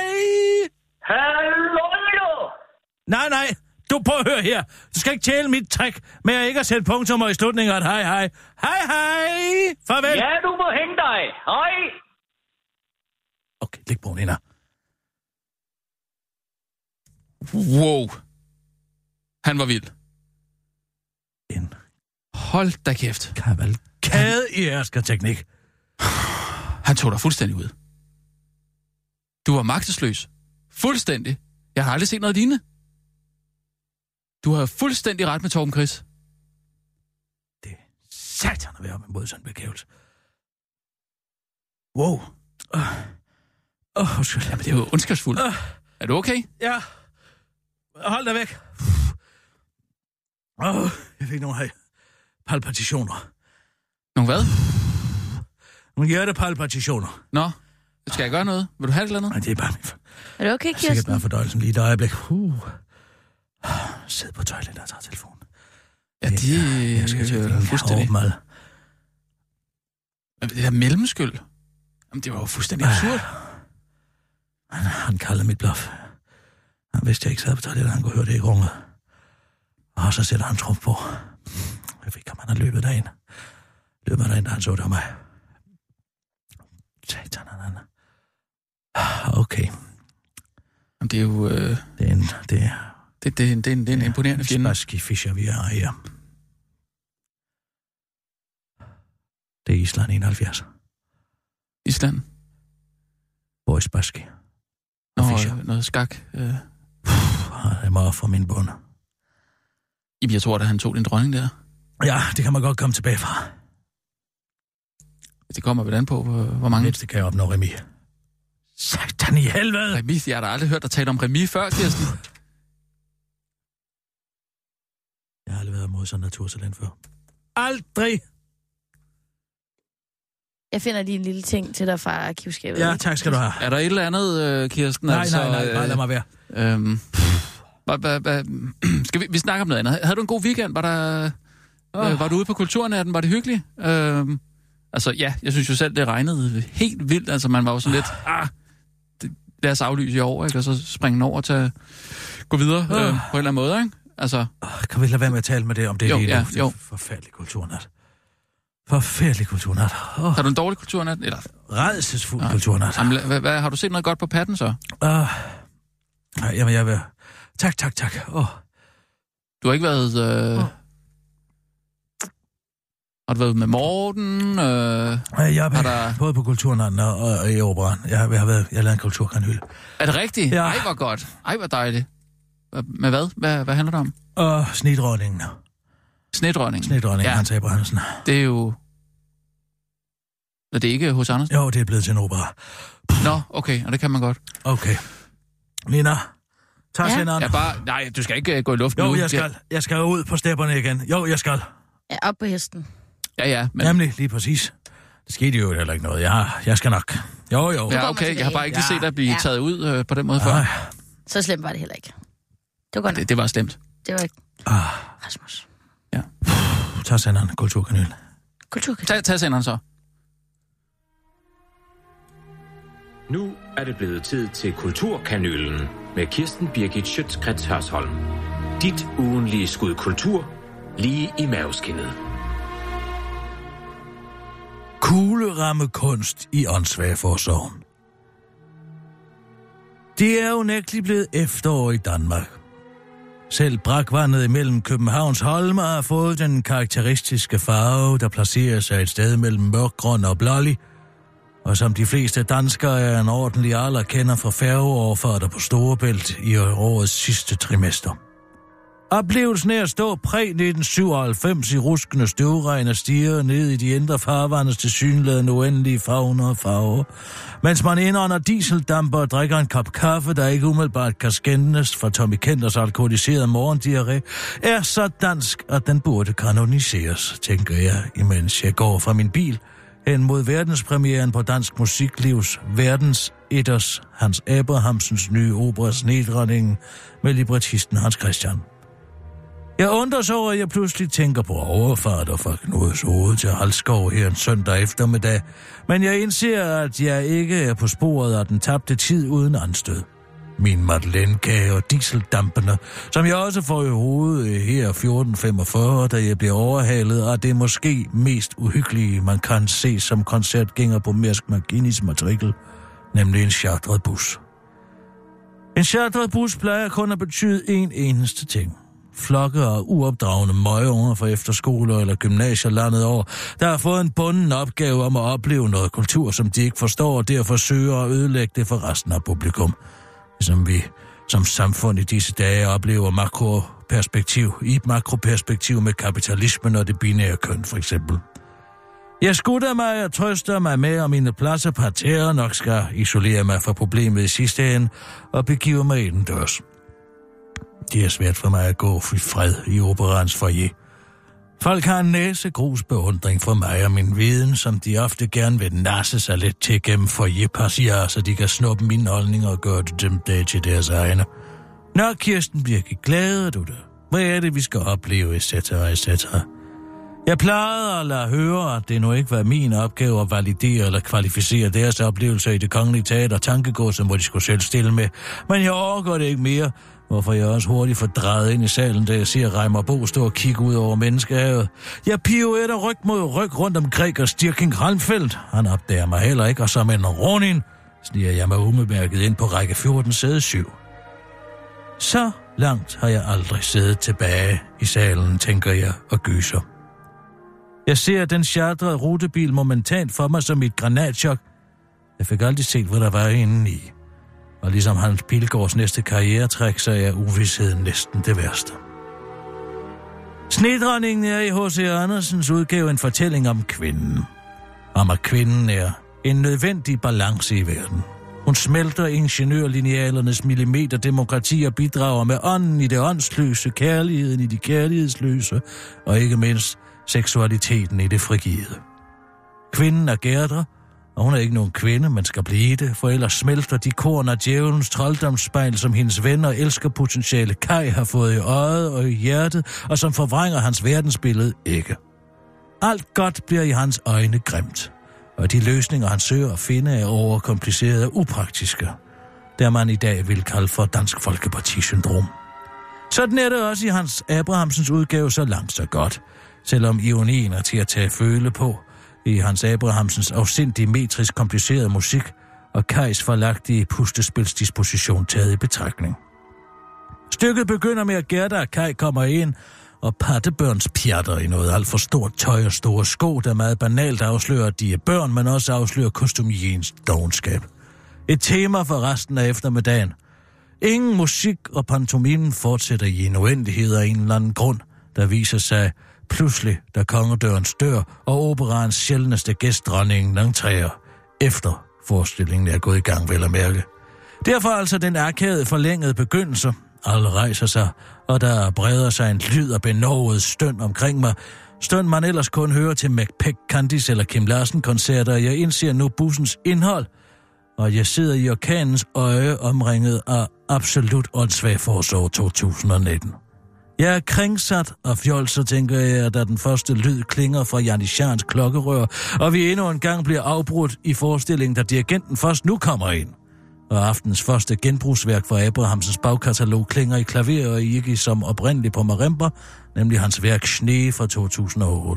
[SPEAKER 7] Halløj.
[SPEAKER 2] Nej. Du prøv at høre her. Du skal ikke tæle mit trick med at ikke at sætte punktummer i slutningen af et hej. Hej. Farvel.
[SPEAKER 7] Ja, du må hænge dig. Hej.
[SPEAKER 2] Okay, læg på, Nina.
[SPEAKER 3] Wow. Han var vild. Hold da kæft.
[SPEAKER 2] Kavalkade i æreskerteknik.
[SPEAKER 3] Han tog dig fuldstændig ud. Du var magtesløs. Fuldstændig. Jeg har aldrig set noget lignende. Du har fuldstændig ret med Torben Chris.
[SPEAKER 2] Det er satan at være med mod sådan en begævelse. Wow.
[SPEAKER 3] Jamen, det er jo ondskabsfuldt. Er du okay?
[SPEAKER 2] Ja. Hold dig væk. Jeg fik nogle palpitationer.
[SPEAKER 3] Nogle hvad?
[SPEAKER 2] Nogle hjertepalpitationer.
[SPEAKER 3] Nå, skal jeg gøre noget? Vil du have det eller noget?
[SPEAKER 2] Nej, det er bare min...
[SPEAKER 6] Er det okay, Kirsten?
[SPEAKER 2] Sikkert bare fordøjelsen lige et øjeblik. Sid på toilettet og tager telefonen.
[SPEAKER 3] Ja, jeg skal fuldstændig. Men det der mellemskyld, jamen det var jo fuldstændig absurd.
[SPEAKER 2] Han kaldte mit bluff. Han vidste, jeg ikke sad på toilettet, han kunne høre det i runget. Og så sætter han trumf på. Jeg fik ham, han har løbet derind. Da han så det af mig. Satan, han. Okay.
[SPEAKER 3] Jamen det er jo... Det er en imponerende fjende.
[SPEAKER 2] Spassky Fischer, vi har her. Det er Island 71.
[SPEAKER 3] Island?
[SPEAKER 2] Boris Spassky.
[SPEAKER 3] Noget skak.
[SPEAKER 2] Det er meget for min bund.
[SPEAKER 3] Jeg tror, at han tog din dronning der.
[SPEAKER 2] Ja, det kan man godt komme tilbage fra.
[SPEAKER 3] Det kommer vel an på, hvor mange...
[SPEAKER 2] Det kan jeg opnå remis. Satan i helvede!
[SPEAKER 3] Remis? Jeg har da aldrig hørt dig tale om remis før, Kirsten.
[SPEAKER 2] Jeg har aldrig været mod sådan en naturtalent før. Aldrig!
[SPEAKER 6] Jeg finder lige en lille ting til dig fra arkivskabet.
[SPEAKER 2] Ja, tak skal du have.
[SPEAKER 3] Er der et eller andet, Kirsten?
[SPEAKER 2] Nej, bare lad mig være.
[SPEAKER 3] Skal vi snakke om noget andet? Havde du en god weekend? Var du ude på Kulturnatten? Var det hyggeligt? Jeg synes jo selv, det regnede helt vildt. Altså, man var jo sådan lidt, lad os aflyse i år, ikke? Og så springe over til gå videre på en eller anden måde, ikke? Altså...
[SPEAKER 2] Kan vi lade være med at tale med det om det lige nu?
[SPEAKER 3] Jo.
[SPEAKER 2] Forfærdelig kulturnat. Forfærdelig kulturnat.
[SPEAKER 3] Har du en dårlig kulturnat? Eller?
[SPEAKER 2] Rædselsfuld kulturnat.
[SPEAKER 3] Jamen, hvad, har du set noget godt på patten, så?
[SPEAKER 2] Jamen, jeg vil... Tak.
[SPEAKER 3] Du har ikke været... Har du været med Morten?
[SPEAKER 2] Jeg har både på kulturnatten og i operaen. Jeg har lavet en kulturkanhylde.
[SPEAKER 3] Er det rigtigt?
[SPEAKER 2] Ja.
[SPEAKER 3] Ej, hvor godt. Ej, hvor dejligt. Med hvad? Hvad handler det om?
[SPEAKER 2] Snedronningen. Snedronningen, ja. Han sagde på Andersen.
[SPEAKER 3] Det er jo... Er det ikke hos Andersen?
[SPEAKER 2] Jo, det er blevet til en opera.
[SPEAKER 3] Nå, okay, og det kan man godt.
[SPEAKER 2] Okay. Nina, tag senderen.
[SPEAKER 3] Nej, du skal ikke gå i luften nu.
[SPEAKER 2] Jo, jeg skal ud på stepperne igen. Jo, jeg skal.
[SPEAKER 6] Ja, op på hesten.
[SPEAKER 3] Ja, men...
[SPEAKER 2] Nemlig, lige præcis. Det skete jo heller ikke noget. Jeg skal nok. Jo.
[SPEAKER 3] Ja, okay, jeg har bare ikke set dig blive taget ud på den måde før.
[SPEAKER 6] Så slemt var det heller ikke. Det var godt nok.
[SPEAKER 3] Det var slemt.
[SPEAKER 6] Det var ikke. Rasmus.
[SPEAKER 3] Ja.
[SPEAKER 2] Tag senderen, kulturkanal.
[SPEAKER 3] Tag senderen så.
[SPEAKER 5] Nu er det blevet tid til Kulturkanylen med Kirsten Birgit Schøtz-Krets Hørsholm. Dit ugenlige skud kultur, lige i maveskindet.
[SPEAKER 2] Kuglerammekunst i åndssvageforsorgen. Det er unægteligt blevet efterår i Danmark. Selv brakvandet imellem Københavns holme har fået den karakteristiske farve, der placerer sig et sted mellem mørkgrøn og blålig, og som de fleste danskere er en ordentlig alder kender fra færgeoverfarter på Storebælt i årets sidste trimester. Oplevelsen af at stå præ-1997 i ruskende støvregn og stirre ned i de indre farvandes tilsyneladende uendelige fagner og farver, mens man indånder dieseldamper og drikker en kop kaffe, der ikke umiddelbart kan skændes fra Tommy Kenders alkoholiserede morgendiarré, er så dansk, at den burde kanoniseres, tænker jeg, imens jeg går fra min bil hen mod verdenspremieren på Dansk Musiklivs verdens etters Hans Abrahamsens nye opera Snedronningen med librettisten Hans Christian. Jeg undres over, at jeg pludselig tænker på overfarter fra Knuds hoved til Halskov her en søndag eftermiddag, men jeg indser, at jeg ikke er på sporet af den tabte tid uden anstød. Min madeleinekage og dieseldampene, som jeg også får i hovedet her 14:45, da jeg bliver overhalet af det måske mest uhyggelige, man kan se som koncertgænger på Mærsk Mc-Kinney's matrikel, nemlig en chartret bus. En chartret bus plejer kun at betyde en eneste ting. flokke af uopdragende møgeunger fra efterskoler eller gymnasier landet over, der har fået en bunden opgave om at opleve noget kultur, som de ikke forstår, og derfor søger at ødelægge det for resten af publikum. Ligesom vi som samfund i disse dage oplever makroperspektiv med kapitalismen og det binære køn, for eksempel. Jeg skutter mig og trøster mig med, at mine pladser parterre nok skal isolere mig fra problemet i sidste ende og begive mig indendørs. Det er svært for mig at gå i fred i operans foyer. Folk har en næsegrus beundring for mig og min viden, som de ofte gerne vil nasse sig lidt til gennem foyerpassier, så de kan snuppe mine holdninger og gøre dem til deres egne. Nå, Kirsten Birgit, glæder du dig? Hvad er det, vi skal opleve, etc., etc.? Jeg plejede at lade høre, at det nu ikke var min opgave at validere eller kvalificere deres oplevelser i det kongelige teater tankegodset, hvor de skulle selv stille med. Men jeg overgår det ikke mere, hvorfor jeg også hurtigt får drejet ind i salen, da jeg ser Reimer Bo stå og kigge ud over menneskehavet. Jeg pirouetter ryg mod ryg rundt om Gregers Dirking Halmfeldt. Han opdager mig heller ikke, og som en ronin sniger jeg mig umiddelbart ind på række 14, sæde 7. Så langt har jeg aldrig siddet tilbage i salen, tænker jeg og gyser. Jeg ser den chartrede rutebil momentant for mig som et granatchok. Jeg fik aldrig set, hvad der var inde i. Og ligesom Hans Pilgaards næste karrieretræk, så er uvidsheden næsten det værste. Snedronningen er i H.C. Andersens udgave en fortælling om kvinden. Om at kvinden er en nødvendig balance i verden. Hun smelter ingeniørlinealernes millimeterdemokrati og bidrager med ånden i det åndsløse, kærligheden i de kærlighedsløse, og ikke mindst seksualiteten i det frigide. Kvinden er Gerda, og hun er ikke nogen kvinde, men skal blive det, for ellers smelter de korn af djævelens trolddomsspejl, som hendes venner og elskerpotentiale Kai har fået i øjet og i hjertet, og som forvrænger hans verdensbillede ikke. Alt godt bliver i hans øjne grimt, og de løsninger, han søger at finde, er overkomplicerede og upraktiske, der man i dag vil kalde for Dansk Folkeparti-syndrom. Sådan er det også i Hans Abrahamsens udgave så langt så godt, selvom ironien er til at tage føle på i Hans Abrahamsens afsindig metrisk komplicerede musik og Kajs forlagtige pustespilsdisposition taget i betragtning. Stykket begynder med, at Gerda og Kaj kommer ind og pattebørns pjatter i noget alt for stort tøj og store sko, der meget banalt afslører, at de er børn, men også afslører kostumiens dovenskab. Et tema for resten af eftermiddagen. Ingen musik og pantomimen fortsætter i en uendelighed af en eller anden grund, der viser sig pludselig, da kongedørens dør og operaens sjældneste gæst, dronningen, langtræer, efter forestillingen er gået i gang, vel at mærke. Derfor altså den arkade forlængede begyndelse. Alle rejser sig, og der breder sig en lyd af benovet støn omkring mig. Støn man ellers kun hører til Macbeth, Candice eller Kim Larsen-koncerter. Jeg indser nu bussens indhold, og jeg sidder i orkanens øje omringet af absolut åndssvag forsorg 2019. Jeg er kringsat og fjolser, tænker jeg, da den første lyd klinger fra Janitsjans klokkerør, og vi endnu en gang bliver afbrudt i forestillingen, da dirigenten først nu kommer ind. Og aftens første genbrugsværk fra Abrahamsens bagkatalog klinger i klaver og ikke som oprindeligt på marimba, nemlig hans værk Schnee fra 2008.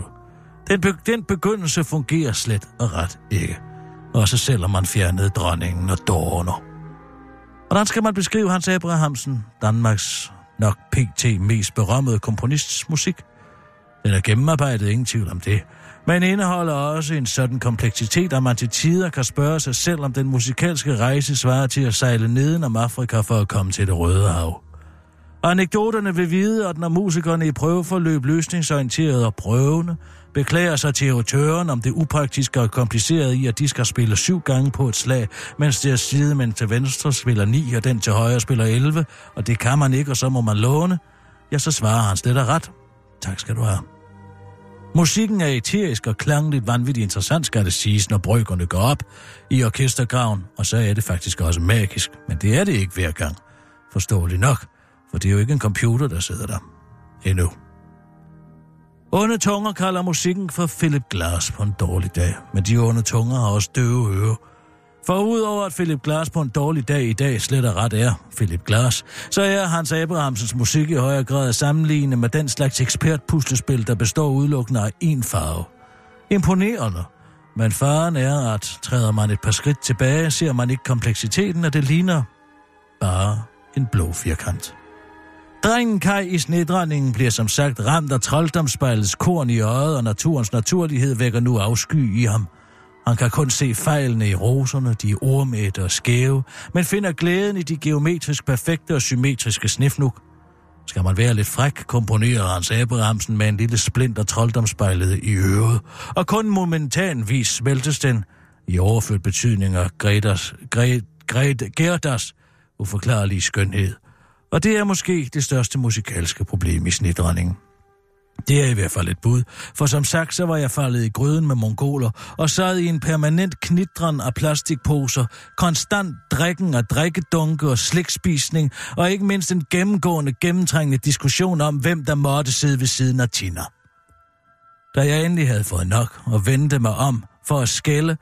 [SPEAKER 2] Den begyndelse fungerer slet og ret ikke, også selvom man fjernede dronningen og dårner. Hvordan skal man beskrive Hans Abrahamsen, Danmarks nok pt. Mest berømmede komponists musik? Den er gennemarbejdet, ingen tvivl om det, men indeholder også en sådan kompleksitet, at man til tider kan spørge sig selv, om den musikalske rejse svarer til at sejle neden om Afrika for at komme til det Røde Hav. Anekdoterne vil vide, at når musikerne i prøveforløb løsningsorienteret og prøvende beklager sig til autøren om det upraktiske og komplicerede i, at de skal spille 7 gange på et slag, mens deres sidemænd til venstre spiller 9, og den til højre spiller 11, og det kan man ikke, og så må man låne, ja, så svarer han slet og ret. Tak skal du have. Musikken er eterisk og klangligt vanvittigt interessant, skal det siges, når brøkerne går op i orkestergraven, og så er det faktisk også magisk, men det er det ikke hver gang. Forståeligt nok, for det er jo ikke en computer, der sidder der. Endnu. Onde tunger kalder musikken for Philip Glass på en dårlig dag, men de onde tunger har også døve ører. For udover at Philip Glass på en dårlig dag i dag slet og ret er Philip Glass, så er Hans Abrahamsens musik i højere grad sammenlignende med den slags ekspertpuslespil, der består udelukkende af én farve. Imponerende, men faren er, at træder man et par skridt tilbage, ser man ikke kompleksiteten, og det ligner bare en blå firkant. Drengen Kai i Snedronningen bliver som sagt ramt af trolddomsspejlets korn i øjet, og naturens naturlighed vækker nu afsky i ham. Han kan kun se fejlene i roserne, de er ormætte og skæve, men finder glæden i de geometrisk perfekte og symmetriske snifnuk. Skal man være lidt fræk, komponerer Hans Abrahamsen med en lille splint af trolddomsspejlet i øret, og kun momentanvis smeltes den i overført betydning af Gerdas uforklarlige skønhed. Og det er måske det største musikalske problem i Snedronningen. Det er i hvert fald et bud, for som sagt, så var jeg faldet i gryden med mongoler og sad i en permanent knitren af plastikposer, konstant drikken af drikkedunke og slikspisning, og ikke mindst en gennemtrængende diskussion om, hvem der måtte sidde ved siden af Tina. Da jeg endelig havde fået nok og vendte mig om for at skælde,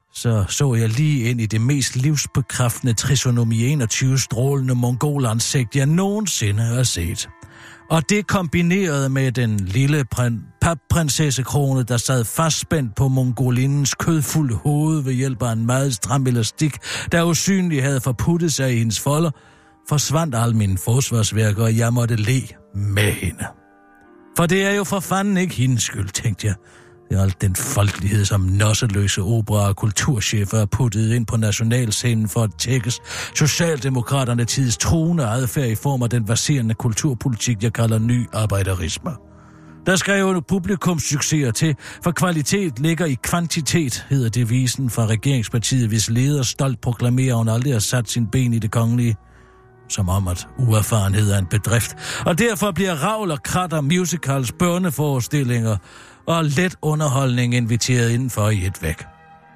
[SPEAKER 2] så jeg lige ind i det mest livsbekræftende trisonomi 21 strålende mongolansigt, jeg nogensinde har set. Og det kombineret med den lille papprinsessekrone, der sad fastspændt på mongolinens kødfulde hoved ved hjælp af en meget stram elastik, der usynligt havde forputtet sig i hendes folder, forsvandt alle mine forsvarsværker, og jeg måtte le med hende. For det er jo for fanden ikke hendes skyld, tænkte jeg. Det er alt den folkelighed, som nosseløse opera- og kulturchefer er puttet ind på nationalscenen for at tækkes Socialdemokraterne tids truende adfærd i form af den verserende kulturpolitik, jeg kalder ny arbejderisme. Der skal jo publikumssucceser til, for kvalitet ligger i kvantitet, hedder devisen fra regeringspartiet, hvis leder stolt proklamerer, hun aldrig har sat sin ben i det kongelige. Som om at uerfarenhed er en bedrift. Og derfor bliver ravl og kratter, musicals, børneforestillinger og let underholdning inviteret indenfor i et væk.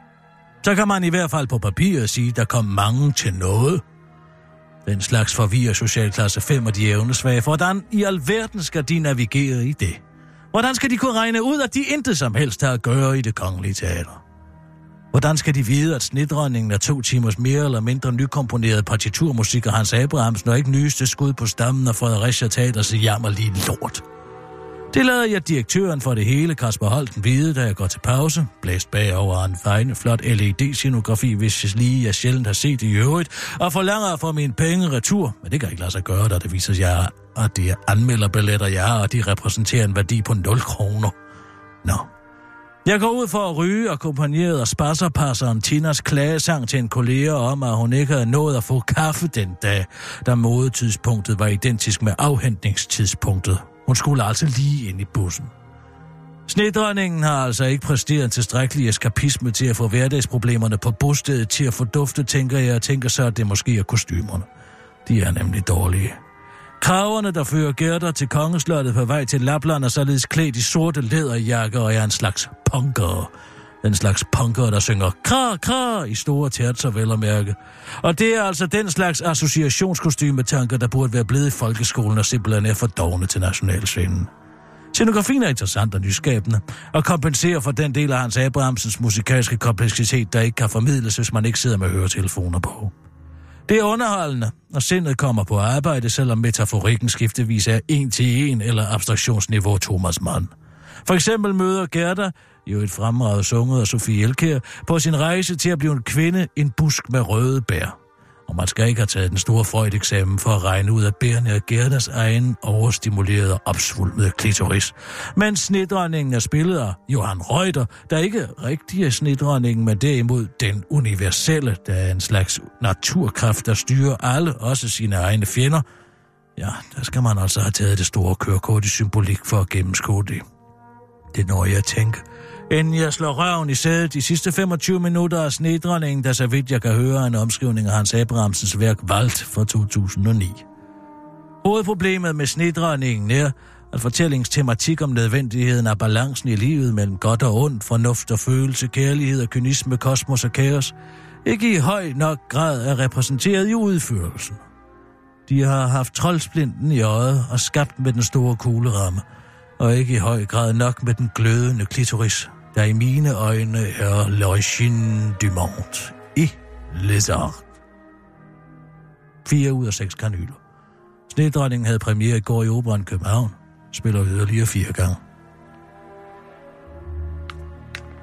[SPEAKER 2] Så kan man i hvert fald på papiret sige, at der kom mange til noget. Den slags forvirrer socialklasse 5 og de evnesvage. Hvordan i alverden skal de navigere i det? Hvordan skal de kunne regne ud, at de intet som helst har at gøre i det kongelige teater? Hvordan skal de vide, at Snedronningen er 2 timers mere eller mindre nykomponeret partiturmusik af Hans Abrahamsen og ikke nyeste skud på stammen af Fredericia Teaters jammerlige lort? Det lader jeg direktøren for det hele, Kasper Holten, vide, da jeg går til pause, blæst bagover en fejne flot LED-scenografi, hvis jeg sjældent har set i øvrigt, og forlanger at få mine penge retur. Men det kan ikke lade sig gøre, da det viser sig, at det er anmelderbilletter, jeg har, og de repræsenterer en værdi på 0 kroner. Nå. Jeg går ud for at ryge, akkompagneret af spasserpasseren Tinas klagesang til en kollega om, at hun ikke havde nået at få kaffe den dag, da modetidspunktet var identisk med afhentningstidspunktet. Hun skulle altså lige ind i bussen. Snedronningen har altså ikke præsteret en tilstrækkelig eskapisme til at få hverdagsproblemerne på bostedet til at fordufte, tænker jeg, og tænker så, at det måske er kostymerne. De er nemlig dårlige. Kraverne, der fører Gerda til kongeslottet på vej til Lapland, er således klædt i sorte læderjakker og er en slags punkere. Den slags punkere, der synger kra, kra i store tertser, vel at mærke. Og det er altså den slags associationskostymetanker, der burde være blevet i folkeskolen og simpelthen er for dovne til nationalscenen. Scenografien er interessant og nyskabende, og kompenserer for den del af Hans Abrahamsens musikalske kompleksitet, der ikke kan formidles, hvis man ikke sidder med høretelefoner på. Det er underholdende, og sindet kommer på arbejde, selvom metaforikken skiftevis er 1-til-1 eller abstraktionsniveau Thomas Mann. For eksempel møder Gerda, jo et fremragende sunget af Sofie Elkjær, på sin rejse til at blive en kvinde, en busk med røde bær. Og man skal ikke have taget den store Freud-eksamen for at regne ud af bærene af Gerdas egen overstimulerede og opsvulmede klitoris. Men Snedronningen er spillet af Johan Reuter, der ikke rigtig er Snedronningen, men derimod den universelle, der er en slags naturkraft, der styrer alle, også sine egne fjender. Ja, der skal man altså have taget det store kørekort i symbolik for at gennemskue det. Det når jeg tænker. Inden jeg slår røven i sædet de sidste 25 minutter af Snedronningen, der så vidt jeg kan høre en omskrivning af Hans Abrahamsens værk Wald fra 2009. Hovedproblemet med Snedronningen er, at fortællingens tematik om nødvendigheden af balancen i livet mellem godt og ondt, fornuft og følelse, kærlighed og kynisme, kosmos og kaos, ikke i høj nok grad er repræsenteret i udførelsen. De har haft troldsplinten i øjet og skabt med den store kugleramme, og ikke i høj grad nok med den glødende klitoris, der i mine øjne er l'origine du monde i les arts. 4 ud af 6 kanyler. Snedronningen havde premiere i går i Operan København. Spiller yderligere 4 gange.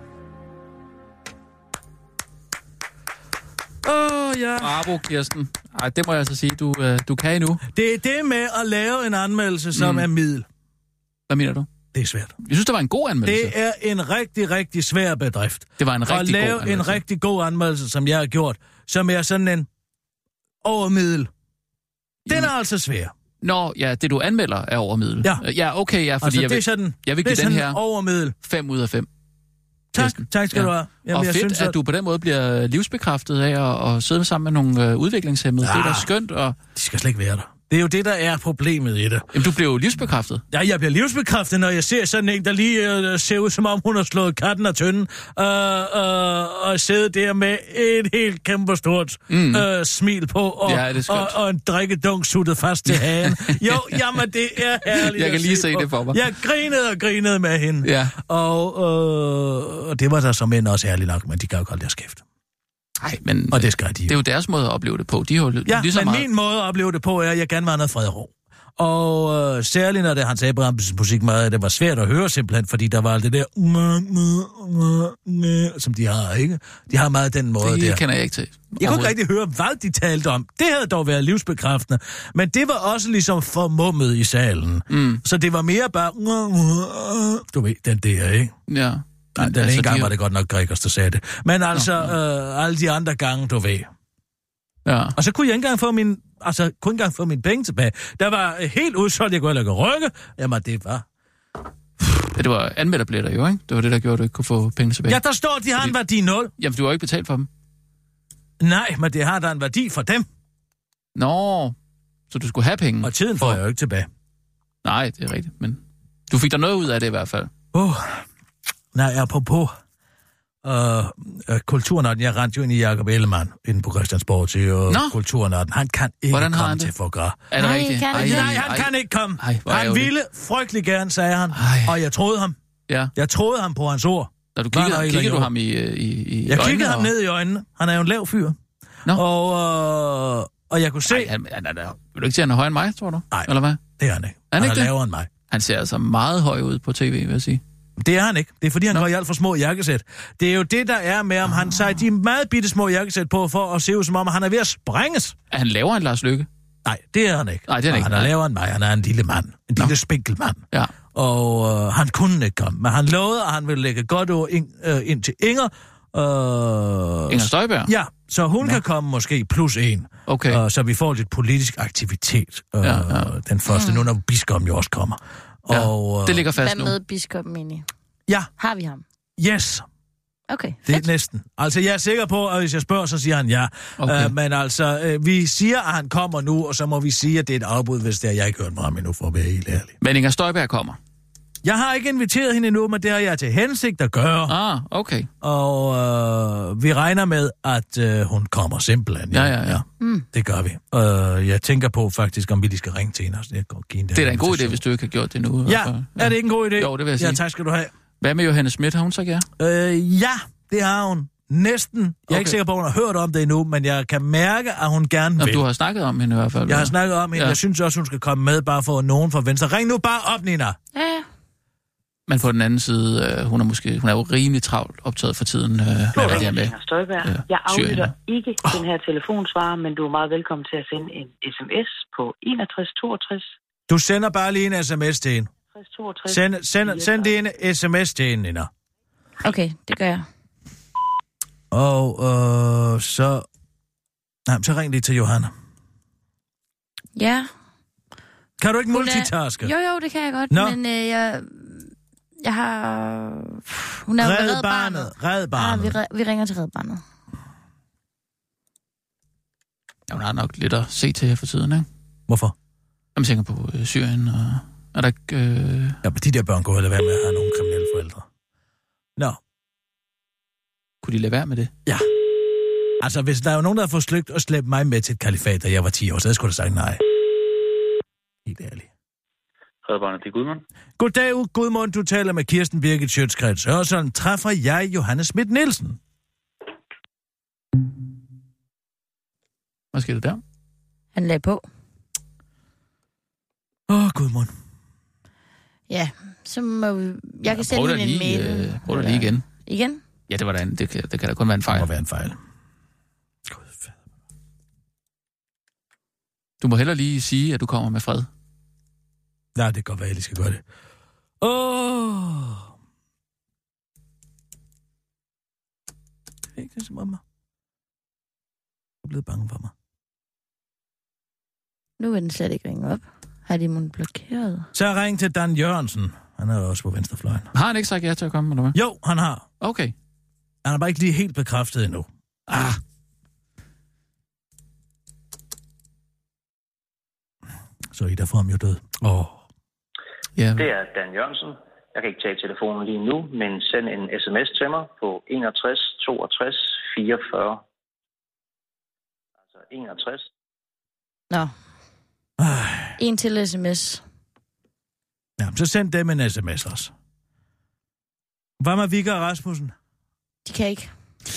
[SPEAKER 3] Ja. Bravo, Kirsten. Ej, det må jeg altså sige. Du kan endnu.
[SPEAKER 2] Det er det med at lave en anmeldelse, som er middel.
[SPEAKER 3] Hvad mener du?
[SPEAKER 2] Det er svært.
[SPEAKER 3] Jeg synes, det var en god anmeldelse.
[SPEAKER 2] Det er en rigtig, rigtig svær bedrift.
[SPEAKER 3] Det var en rigtig god anmeldelse.
[SPEAKER 2] At lave en rigtig god anmeldelse, som jeg har gjort, som er sådan en overmiddel. Den er altså svær.
[SPEAKER 3] Nå, ja, det du anmelder er overmiddel. Ja, okay, ja, fordi
[SPEAKER 2] altså,
[SPEAKER 3] jeg vil give den her
[SPEAKER 2] overmiddel.
[SPEAKER 3] 5 ud af 5.
[SPEAKER 2] Tak skal du have.
[SPEAKER 3] Jamen, og fedt, synes, at du på den måde bliver livsbekræftet af at sidde sammen med nogle udviklingshæmmede. Det er da skønt. Og
[SPEAKER 2] de skal slet ikke være der. Det er jo det, der er problemet i det.
[SPEAKER 3] Jamen, du bliver jo livsbekræftet.
[SPEAKER 2] Ja, jeg bliver livsbekræftet, når jeg ser sådan en, der lige ser ud, som om hun har slået katten af tønden, og sidder der med et helt kæmpestort smil på, og en drikkedunk suttet fast til hagen. Jo, jamen, det er herligt.
[SPEAKER 3] Jeg kan lige se det for mig.
[SPEAKER 2] Jeg grinede med hende.
[SPEAKER 3] Ja.
[SPEAKER 2] Og det var der som end også ærligt nok, men de kan jo ikke holde deres kæft.
[SPEAKER 3] Nej, men
[SPEAKER 2] og det skal de.
[SPEAKER 3] Det er jo deres måde at opleve det på. De har
[SPEAKER 2] men min måde at opleve det på er, at jeg gerne vil have noget fred og ro. Og særligt når det Hans Abrahams musik meget, det var svært at høre simpelthen, fordi der var alt det der som de har, ikke? De har meget den måde
[SPEAKER 3] det
[SPEAKER 2] der.
[SPEAKER 3] Det kender jeg ikke til.
[SPEAKER 2] Jeg kunne ikke rigtig høre, hvad de talte om. Det havde dog været livsbekræftende. Men det var også ligesom formummet i salen. Så det var mere bare du ved, den der, ikke?
[SPEAKER 3] Ja.
[SPEAKER 2] Nej, den ene gang var det godt nok Gregers, der sagde det. Men altså, alle de andre gange, du ved.
[SPEAKER 3] Ja.
[SPEAKER 2] Og så kunne jeg ikke engang få min penge tilbage. Der var helt udsolgt, jeg kunne heller ikke rykke. Jamen, det var...
[SPEAKER 3] Ja, det var anmelderbilletter jo, ikke? Det var det, der gjorde, at du ikke kunne få penge tilbage.
[SPEAKER 2] Ja, der står, de har en værdi 0.
[SPEAKER 3] Jamen, du har ikke betalt for dem.
[SPEAKER 2] Nej, men det har der en værdi for dem.
[SPEAKER 3] Nå, så du skulle have penge.
[SPEAKER 2] Og tiden får jeg jo ikke tilbage.
[SPEAKER 3] Nej, det er rigtigt, men du fik der noget ud af det i hvert fald.
[SPEAKER 2] Nej, apropos kulturnatten. Jeg rendte jo ind i Jacob Ellemann inde på Christiansborg til kulturnatten. Han kan ikke komme til Forgrar.
[SPEAKER 3] Er det rigtigt?
[SPEAKER 2] Nej, han kan ikke komme. Han ville frygtelig gerne, sagde han. Og jeg troede ham.
[SPEAKER 3] Ja.
[SPEAKER 2] Jeg troede ham på hans ord.
[SPEAKER 3] Da du kiggede du ham i
[SPEAKER 2] jeg kiggede ham ned i øjnene. Han er jo en lav fyr. Og jeg kunne se...
[SPEAKER 3] Vil du ikke sige, han er højere end mig, tror du?
[SPEAKER 2] Nej,
[SPEAKER 3] eller hvad?
[SPEAKER 2] Det er han ikke. Han er lavere end mig.
[SPEAKER 3] Han ser altså meget høj ud på tv, vil jeg sige.
[SPEAKER 2] Det er han ikke. Det er fordi, han går i alt for små jakkesæt. Det er jo det, der er med, om han tager de meget bitte små jakkesæt på, for at se ud som om, han er ved at sprænges.
[SPEAKER 3] Er han lavere end Lars Løkke?
[SPEAKER 2] Nej, det er han ikke.
[SPEAKER 3] Nej, det er han ikke.
[SPEAKER 2] Han er lavere end mig. Han er en lille mand. En lille spinkel mand.
[SPEAKER 3] Ja.
[SPEAKER 2] Og han kunne ikke komme. Men han lovede, at han ville lægge godt ord ind til Inger.
[SPEAKER 3] Inger Støjberg?
[SPEAKER 2] Ja, så hun kan komme måske +1.
[SPEAKER 3] Okay.
[SPEAKER 2] Så vi får lidt politisk aktivitet. Den første, nu når biskoppen jo også kommer.
[SPEAKER 3] Ja, og, det ligger fast nu.
[SPEAKER 6] Hvad med biskoppen egentlig?
[SPEAKER 2] Ja.
[SPEAKER 6] Har vi ham?
[SPEAKER 2] Yes.
[SPEAKER 6] Okay,
[SPEAKER 2] det er næsten. Altså, jeg er sikker på, at hvis jeg spørger, så siger han ja. Okay. Men altså, vi siger, at han kommer nu, og så må vi sige, at det er et afbud, hvis det er, jeg ikke hørt mig ham endnu, for at være helt ærlig.
[SPEAKER 3] Men Inger Støjberg kommer?
[SPEAKER 2] Jeg har ikke inviteret hende endnu, men det har jeg til hensigt at gøre.
[SPEAKER 3] Okay.
[SPEAKER 2] Og vi regner med, at hun kommer simpelthen.
[SPEAKER 3] Ja.
[SPEAKER 2] Det gør vi. Jeg tænker på faktisk, om vi lige skal ringe til hende.
[SPEAKER 3] Det er da en god idé, hvis du ikke har gjort det nu.
[SPEAKER 2] Ja, er det ikke en god idé?
[SPEAKER 3] Jo, det vil jeg sige.
[SPEAKER 2] Ja, tak skal du have.
[SPEAKER 3] Hvad med Johanne Schmidt? Har hun sagt ja?
[SPEAKER 2] Ja, det har hun. Næsten. Jeg er ikke sikker på, at hun har hørt om det endnu, men jeg kan mærke, at hun gerne vil.
[SPEAKER 3] Du har snakket om hende i hvert fald.
[SPEAKER 2] Jeg har snakket om hende. Ja. Jeg synes også, hun skal komme med, bare for nogen fra Venstre. Ring nu bare op, Nina.
[SPEAKER 6] Ja.
[SPEAKER 3] Men på den anden side, hun er jo rimelig travlt optaget for tiden med hvad det er med.
[SPEAKER 8] Jeg aflytter ikke den her telefonsvarer, men du er meget velkommen til at sende en sms på 6162.
[SPEAKER 2] Du sender bare lige en sms til hende.
[SPEAKER 8] 62.
[SPEAKER 2] Send lige en sms til hende, Nina.
[SPEAKER 6] Okay, det gør jeg.
[SPEAKER 2] Og så ring lige til Johanna.
[SPEAKER 6] Ja.
[SPEAKER 2] Kan du ikke multitaske?
[SPEAKER 6] Jo, det kan jeg godt, men jeg har... Hun er Red Barnet.
[SPEAKER 2] Red Barnet.
[SPEAKER 6] Ja, vi ringer til Red Barnet.
[SPEAKER 3] Ja, hun har nok lidt at se til her for tiden, ikke?
[SPEAKER 2] Hvorfor?
[SPEAKER 3] Jeg tænker på Syrien, og er der ikke...
[SPEAKER 2] Ja, men de der børn går heller være med at have nogle kriminelle forældre. Nå.
[SPEAKER 3] Kunne de lade være med det?
[SPEAKER 2] Ja. Altså, hvis der er jo nogen, der har forsøgt at slæbe mig med til et kalifat, da jeg var 10 år, så skulle jeg sagt nej. Helt ærligt.
[SPEAKER 9] Det er Gudmund.
[SPEAKER 2] Goddag, Gudmund. Du taler med Kirsten Birgit Schøtz-Krets Hørsholm. Træffer jeg Johanne Schmidt Nielsen?
[SPEAKER 3] Hvad sker det der?
[SPEAKER 6] Han lagde på.
[SPEAKER 2] Gudmund.
[SPEAKER 6] Ja, så må vi... Jeg kan sende hende en mail.
[SPEAKER 3] Prøv det lige igen.
[SPEAKER 6] Igen?
[SPEAKER 3] Ja, det var da det kan da kun være en fejl.
[SPEAKER 2] Det må være en fejl.
[SPEAKER 3] Du må hellere lige sige, at du kommer med fred.
[SPEAKER 2] Nej, det kan godt være, at jeg lige skal gøre det. Det er ikke det som om mig. Jeg er blevet bange for mig.
[SPEAKER 6] Nu vil den slet ikke ringe op. Har de mun blokeret?
[SPEAKER 2] Så ring til Dan Jørgensen. Han er jo også på venstrefløjen.
[SPEAKER 3] Har han ikke sagt ja til at komme, eller hvad?
[SPEAKER 2] Jo, han har.
[SPEAKER 3] Okay.
[SPEAKER 2] Han er bare ikke lige helt bekræftet endnu. Så Ida From jo død.
[SPEAKER 3] Ja.
[SPEAKER 9] Det er Dan Jørgensen. Jeg kan ikke tage telefonen lige nu, men send en sms til mig på 61 62 44. Altså 61.
[SPEAKER 6] Nå. En til sms.
[SPEAKER 2] Ja, så send dem en sms også. Hvad med Vigga og Rasmussen?
[SPEAKER 6] De kan ikke.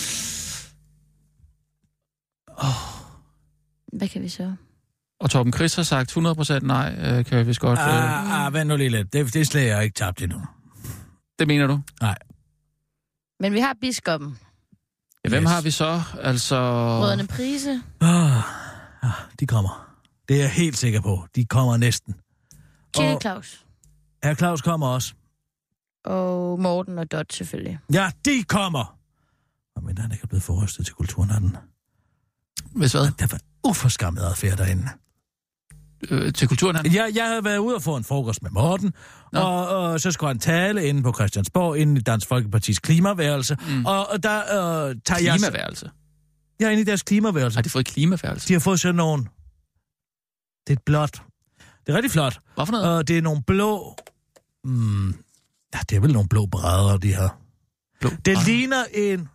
[SPEAKER 6] Hvad kan vi så?
[SPEAKER 3] Og Torben Chris har sagt 100% nej, kan vi vist godt...
[SPEAKER 2] Vent nu lige lidt. Det slet jeg ikke tabt endnu.
[SPEAKER 3] Det mener du?
[SPEAKER 2] Nej.
[SPEAKER 6] Men vi har biskoppen.
[SPEAKER 3] Ja, hvem har vi så? Altså...
[SPEAKER 6] Brødrene Prise.
[SPEAKER 2] De kommer. Det er jeg helt sikker på. De kommer næsten.
[SPEAKER 6] Kjell Claus.
[SPEAKER 2] Herr Claus kommer også.
[SPEAKER 6] Og Morten og Dot selvfølgelig.
[SPEAKER 2] Ja, de kommer! Men han er ikke blevet forrystet til kulturnatten.
[SPEAKER 3] Hvis hvad?
[SPEAKER 2] Der var uforskammet adfærd derinde.
[SPEAKER 3] Til kulturnatten?
[SPEAKER 2] Ja, jeg havde været ude og få en frokost med Morten, og så skulle han tale inde på Christiansborg, inde i Dansk Folkepartis klimaværelse. Og der tager jeg...
[SPEAKER 3] Klimaværelse?
[SPEAKER 2] Ja, inde i deres klimaværelse.
[SPEAKER 3] Har de fået klimaværelse?
[SPEAKER 2] De har fået sådan nogle... Det er et blåt. Det er rigtig flot.
[SPEAKER 3] Hvad for noget?
[SPEAKER 2] Det er nogle blå... Ja, det er vel nogle blå brædder, de her. Det ligner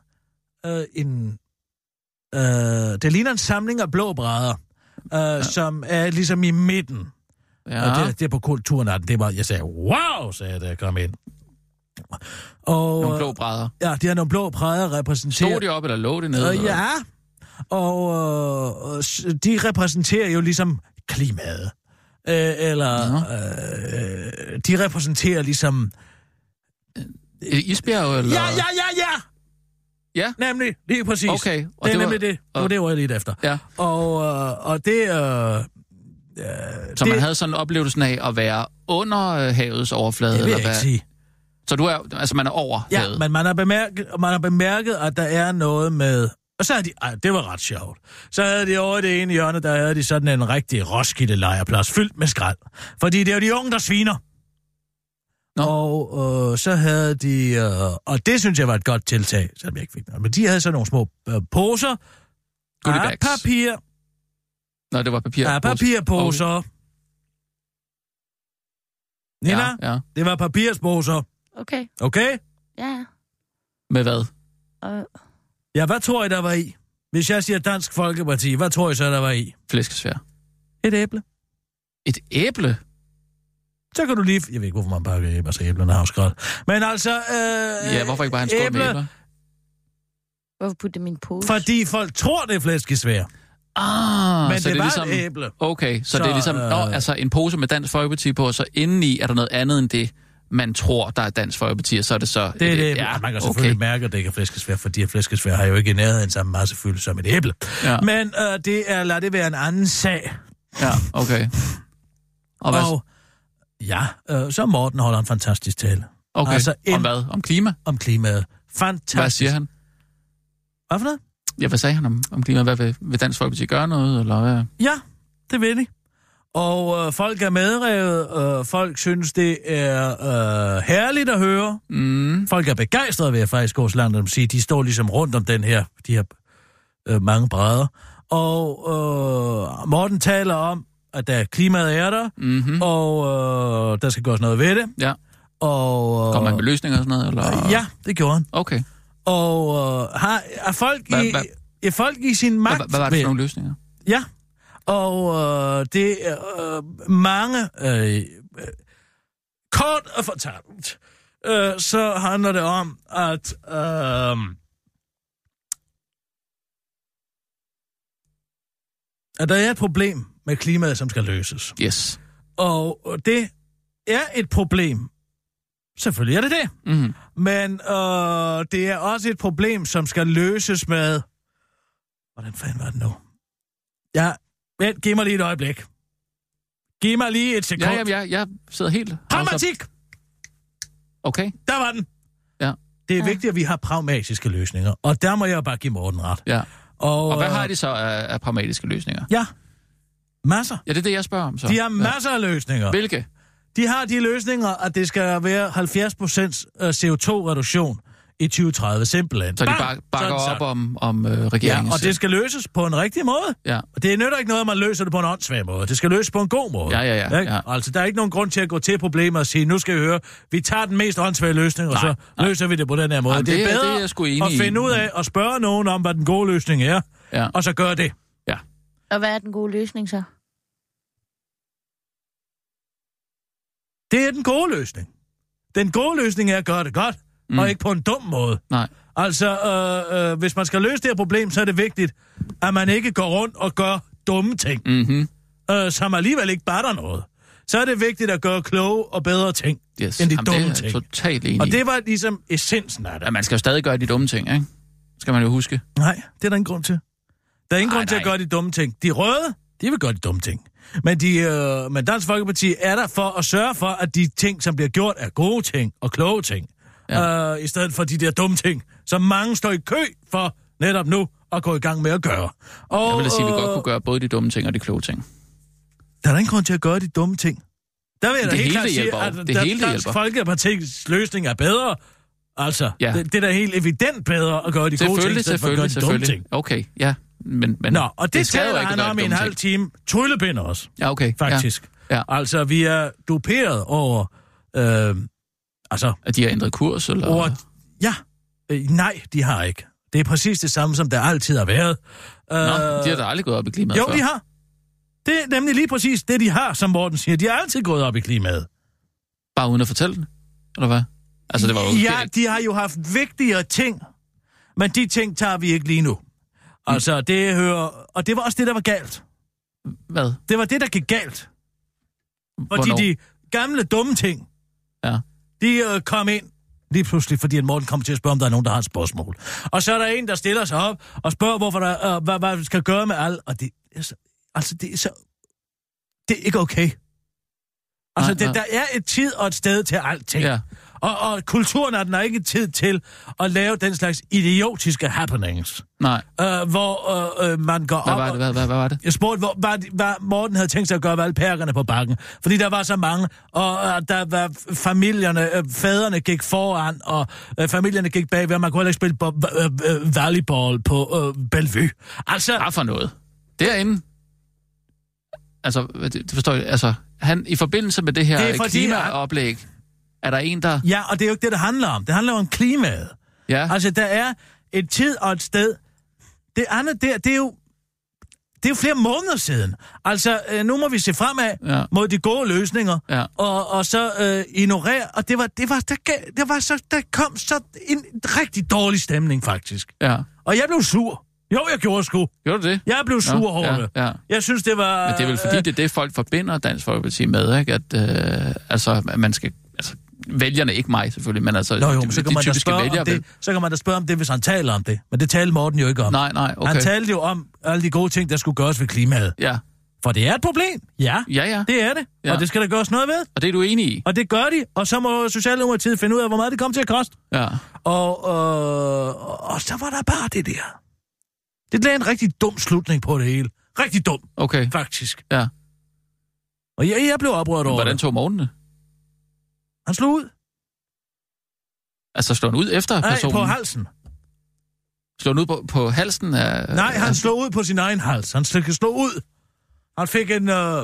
[SPEAKER 2] det ligner en samling af blå brædder, som er ligesom i midten. Ja. Og det er på kulturnatten. Det var, jeg sagde, wow, sagde jeg, da jeg kom ind. Og,
[SPEAKER 3] nogle blå brædder?
[SPEAKER 2] Ja, de har nogle blå brædder repræsenterer...
[SPEAKER 3] Stod de op, eller lå de nede?
[SPEAKER 2] Ja, og de repræsenterer jo ligesom klimaet. De repræsenterer ligesom...
[SPEAKER 3] Isbjerg, eller? Ja?
[SPEAKER 2] Nemlig, lige præcis.
[SPEAKER 3] Okay.
[SPEAKER 2] Og det er nemlig det. Og det var jeg lidt efter.
[SPEAKER 3] Ja.
[SPEAKER 2] Og det...
[SPEAKER 3] Så man havde sådan oplevelsen af at være under havets overflade?
[SPEAKER 2] Det vil
[SPEAKER 3] eller
[SPEAKER 2] jeg ikke sige.
[SPEAKER 3] Så du er, altså man er over havet?
[SPEAKER 2] Ja, men man har bemærket, at der er noget med... Og så havde de... det var ret sjovt. Så havde de over det ene hjørne, der havde de sådan en rigtig Roskilde-lejrplads fyldt med skrald. Fordi det er jo de unge, der sviner. Nå. Og så havde de... og det synes jeg var et godt tiltag, selvom jeg ikke fik noget. Men de havde sådan nogle små poser af papir.
[SPEAKER 3] Nå, det var papir.
[SPEAKER 2] Ja, papirposer. Nina, det var papirsposer.
[SPEAKER 6] Okay.
[SPEAKER 2] Okay?
[SPEAKER 6] Ja.
[SPEAKER 3] Med hvad?
[SPEAKER 2] Ja, hvad tror I, der var i? Hvis jeg siger Dansk Folkeparti, hvad tror I så, der var i?
[SPEAKER 3] Flæskesvær.
[SPEAKER 2] Et æble.
[SPEAKER 3] Et æble?
[SPEAKER 2] Så kan du lige... Jeg ved ikke, hvorfor man pakker æbler, så æblerne har jo skrald. Men altså...
[SPEAKER 3] ja, hvorfor ikke bare en skål med æbler?
[SPEAKER 6] Hvorfor putte dem i en pose?
[SPEAKER 2] Fordi folk tror, det er flæskesvær. Men
[SPEAKER 3] så
[SPEAKER 2] det var
[SPEAKER 3] ligesom,
[SPEAKER 2] et æble.
[SPEAKER 3] Okay, så det er ligesom... altså en pose med Dansk Folkeparti på, og så indeni er der noget andet end det, man tror, der er Dansk Folkeparti, og så er det så...
[SPEAKER 2] Det er det. Ja, man kan selvfølgelig mærke, at det ikke er flæskesvær, fordi flæskesvær har jo ikke i nærheden samme massefylde som et æble. Ja. Men lad det være en anden sag.
[SPEAKER 3] Ja, okay. Og
[SPEAKER 2] så Morten holder en fantastisk tale.
[SPEAKER 3] Okay, altså om hvad? Om klima?
[SPEAKER 2] Om klimaet. Fantastisk.
[SPEAKER 3] Hvad siger han?
[SPEAKER 2] Hvad for noget?
[SPEAKER 3] Ja, hvad sagde han om klima? Hvad vil Dansk Folkeparti gøre noget, eller hvad?
[SPEAKER 2] Ja, det vil de. Og folk er medrevet, folk synes, det er herligt at høre. Folk er begejstrede ved at faktisk gå så langt, at sige, de står ligesom rundt om de her mange brædder. Og Morten taler om, at der klimaet er der, og der skal gøres noget ved det.
[SPEAKER 3] Ja.
[SPEAKER 2] Og
[SPEAKER 3] kommer man med løsninger og sådan noget? Eller?
[SPEAKER 2] Ja, det gjorde han.
[SPEAKER 3] Okay.
[SPEAKER 2] Og er folk i sin magt...
[SPEAKER 3] Hvad var det for nogle løsninger?
[SPEAKER 2] Ja. Og det er mange... kort og fortalt, så handler det om, at der er et problem med klimaet, som skal løses.
[SPEAKER 3] Yes.
[SPEAKER 2] Og det er et problem. Selvfølgelig er det det. Mm-hmm. Men det er også et problem, som skal løses med... Hvordan fanden var det nu? Ja, Vent, giv mig lige et øjeblik. Giv mig lige et sekund.
[SPEAKER 3] Ja, jeg sidder helt...
[SPEAKER 2] Pragmatik!
[SPEAKER 3] Okay.
[SPEAKER 2] Der var den.
[SPEAKER 3] Ja.
[SPEAKER 2] Det er vigtigt, at vi har pragmatiske løsninger, og der må jeg bare give Morten ret.
[SPEAKER 3] Ja. Og hvad har de så af pragmatiske løsninger?
[SPEAKER 2] Ja, masser.
[SPEAKER 3] Ja, det er det, jeg spørger om så.
[SPEAKER 2] De har masser af løsninger.
[SPEAKER 3] Hvilke?
[SPEAKER 2] De har de løsninger, at det skal være 70% CO2-reduktion i 2030, simpelthen.
[SPEAKER 3] Så de bakker op om regeringens...
[SPEAKER 2] Ja, og det skal løses på en rigtig måde.
[SPEAKER 3] Ja.
[SPEAKER 2] Og det nytter ikke noget, at man løser det på en åndssvag måde. Det skal løses på en god måde.
[SPEAKER 3] Ja.
[SPEAKER 2] Altså, der er ikke nogen grund til at gå til problemer og sige, nu skal vi høre, vi tager den mest åndssvage løsning, og så løser vi det på den her måde.
[SPEAKER 3] Jamen,
[SPEAKER 2] det er bedre
[SPEAKER 3] det er
[SPEAKER 2] at finde ud af og spørge nogen om, hvad den gode løsning er, og så gøre det.
[SPEAKER 3] Ja.
[SPEAKER 6] Og hvad er den gode løsning så?
[SPEAKER 2] Det er den gode løsning. Den gode løsning er at gøre det godt, og ikke på en dum måde.
[SPEAKER 3] Nej.
[SPEAKER 2] Altså, hvis man skal løse det her problem, så er det vigtigt, at man ikke går rundt og gør dumme ting, som alligevel ikke batter noget. Så er det vigtigt at gøre kloge og bedre ting, end de dumme ting.
[SPEAKER 3] Totalt enig.
[SPEAKER 2] Og det var ligesom essensen af det.
[SPEAKER 3] Ja, man skal jo stadig gøre de dumme ting, ikke? Skal man jo huske.
[SPEAKER 2] Nej, det er der ingen grund til. Der er ingen grund til at gøre de dumme ting. De røde, de vil gøre de dumme ting. Men Dansk Folkeparti er der for at sørge for, at de ting, som bliver gjort, er gode ting og kloge ting. Ja. I stedet for de der dumme ting, som mange står i kø for netop nu at gå i gang med at gøre. Og,
[SPEAKER 3] jeg vil da sige, at vi godt kunne gøre både de dumme ting og de kloge ting.
[SPEAKER 2] Der er ingen grund til at gøre de dumme ting. Der vil jeg da helt klart sige, at
[SPEAKER 3] Dansk
[SPEAKER 2] Folkepartis løsning er bedre. Altså, det er da helt evident bedre at gøre de gode ting, i stedet for at gøre de dumme ting.
[SPEAKER 3] Okay, ja. Men
[SPEAKER 2] nå, og det taler han om i en halv time. Tryllebinder også.
[SPEAKER 3] Ja, okay.
[SPEAKER 2] Faktisk. Ja. Altså, vi er duperet over...
[SPEAKER 3] At de har ændret kurs, eller?
[SPEAKER 2] Over, nej, de har ikke. Det er præcis det samme, som der altid har været.
[SPEAKER 3] Nå, de har da aldrig gået op i klimaet før.
[SPEAKER 2] Jo, de har. Det er nemlig lige præcis det, de har, som Morten siger. De har altid gået op i klimaet.
[SPEAKER 3] Bare uden at fortælle det? Eller hvad? Altså, det var jo
[SPEAKER 2] de har jo haft vigtigere ting, men de ting tager vi ikke lige nu. Altså, det hører... Og det var også det, der var galt.
[SPEAKER 3] Hvad?
[SPEAKER 2] Det var det, der gik galt. Fordi de gamle, dumme ting, de kom ind lige pludselig, fordi Morten kom til at spørge, om der er nogen, der har et spørgsmål. Og så er der en, der stiller sig op og spørger, hvorfor der, hvad vi skal gøre med alt. Og det er så... Altså, det er ikke okay. Altså, der er et tid og et sted til alting. Ja. Og kulturen er den er ikke tid til at lave den slags idiotiske happenings.
[SPEAKER 3] Nej.
[SPEAKER 2] Hvor man går op...
[SPEAKER 3] Hvad var det?
[SPEAKER 2] Jeg spurgte, hvad Morten havde tænkt sig at gøre ved alle perkerne på bakken. Fordi der var så mange, og der var familierne, fædrene gik foran, og familierne gik bagved, og man kunne heller ikke spille volleyball på Bellevue. Altså...
[SPEAKER 3] Hvad for noget? Derinde... Altså, det forstår jeg, altså, han i forbindelse med det her klimaoplæg, er der en, der...
[SPEAKER 2] Ja, og det er jo ikke det, det handler om. Det handler om klimaet.
[SPEAKER 3] Ja.
[SPEAKER 2] Altså, der er et tid og et sted. Det andet der, det er jo flere måneder siden. Altså, nu må vi se fremad mod de gode løsninger, og så ignorere, og der kom så en rigtig dårlig stemning, faktisk.
[SPEAKER 3] Ja.
[SPEAKER 2] Og jeg blev sur. Jo, jeg gjorde sgu.
[SPEAKER 3] Gjorde du det?
[SPEAKER 2] Jeg blev sur over det.
[SPEAKER 3] Ja.
[SPEAKER 2] Jeg synes, det var...
[SPEAKER 3] Men det er vel fordi, det er det, folk forbinder Dansk Folkeparti med, ikke? At man skal... Altså, vælgerne, ikke mig selvfølgelig, men altså de typiske vælgere...
[SPEAKER 2] Så kan man da spørge om det, hvis han taler om det. Men det talte Morten jo ikke om.
[SPEAKER 3] Nej, okay.
[SPEAKER 2] Han talte jo om alle de gode ting, der skulle gøres ved klimaet.
[SPEAKER 3] Ja. For
[SPEAKER 2] det er et problem. Ja. Det er det. Ja. Og det skal der gøres noget ved.
[SPEAKER 3] Og det er du enig i?
[SPEAKER 2] Og det gør de. Og så må Socialdemokratiet finde ud af, hvor meget det kommer til at koste.
[SPEAKER 3] Ja.
[SPEAKER 2] Og så var der bare det der. Det blev en rigtig dum slutning på det hele. Rigtig dum.
[SPEAKER 3] Okay.
[SPEAKER 2] Faktisk.
[SPEAKER 3] Ja.
[SPEAKER 2] Og jeg blev oprørt over
[SPEAKER 3] Hvordan tog Morten det?
[SPEAKER 2] Han slog ud.
[SPEAKER 3] Altså slog han ud efter personen?
[SPEAKER 2] Nej, på halsen.
[SPEAKER 3] Slog han ud på halsen af...
[SPEAKER 2] Nej, han slog ud på sin egen hals. Han slog ud. Han fik en... Jeg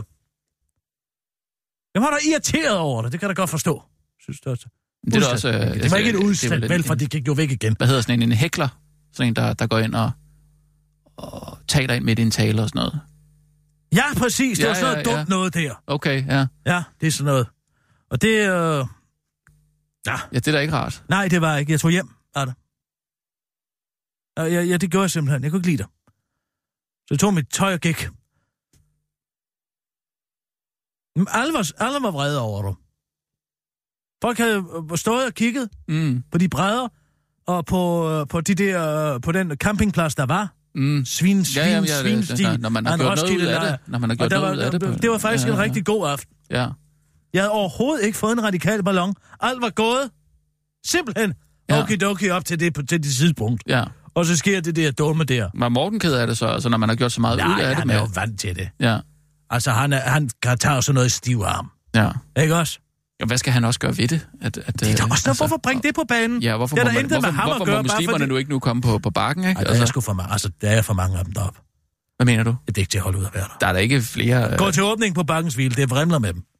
[SPEAKER 2] var da irriteret over det. Det kan jeg da godt forstå. Synes du også?
[SPEAKER 3] Det er også...
[SPEAKER 2] Det var ikke et udslæt, vel, for det gik jo væk igen.
[SPEAKER 3] Hvad hedder sådan en hækler? Sådan en, der går ind og taler ind midt i en tale og sådan noget.
[SPEAKER 2] Ja, præcis. Det var sådan noget dumt noget der.
[SPEAKER 3] Okay, ja.
[SPEAKER 2] Ja, det er sådan noget. Og det... Ja,
[SPEAKER 3] det er da ikke rart.
[SPEAKER 2] Nej, det var ikke. Jeg tog hjem af det. Ja, det gjorde jeg simpelthen. Jeg kunne ikke lide det. Så jeg tog mit tøj og gik. Alle var vrede over det. Folk havde stået og kigget på de brædder, og på de der, på den campingplads, der var. Svinstil.
[SPEAKER 3] Når man har gjort noget ud af det. Når man har gjort noget ud af det.
[SPEAKER 2] Det var faktisk en rigtig god aften.
[SPEAKER 3] Ja.
[SPEAKER 2] Jeg havde overhovedet ikke fået en radikal ballon. Alt var gået. Simpelthen. Okidoki op til det tidspunkt.
[SPEAKER 3] Ja.
[SPEAKER 2] Og så sker det der dumme der.
[SPEAKER 3] Var Morten ked af det så, altså, når man har gjort så meget ud af det?
[SPEAKER 2] Nej, han er jo vant til det.
[SPEAKER 3] Ja.
[SPEAKER 2] Altså, han kan tage sådan noget stiv arm.
[SPEAKER 3] Ja.
[SPEAKER 2] Ikke også?
[SPEAKER 3] Ja, hvad skal han også gøre ved det?
[SPEAKER 2] Det er da også hvorfor bringe det på banen?
[SPEAKER 3] Ja, hvorfor må muslimerne nu ikke nu komme på bakken, ikke?
[SPEAKER 2] Ej, der er for mange af dem deroppe.
[SPEAKER 3] Hvad mener du?
[SPEAKER 2] Det er ikke til at holde ud af være der.
[SPEAKER 3] Der er der ikke flere...
[SPEAKER 2] Gå til åbningen på bakkens hvile, det vrimler med dem.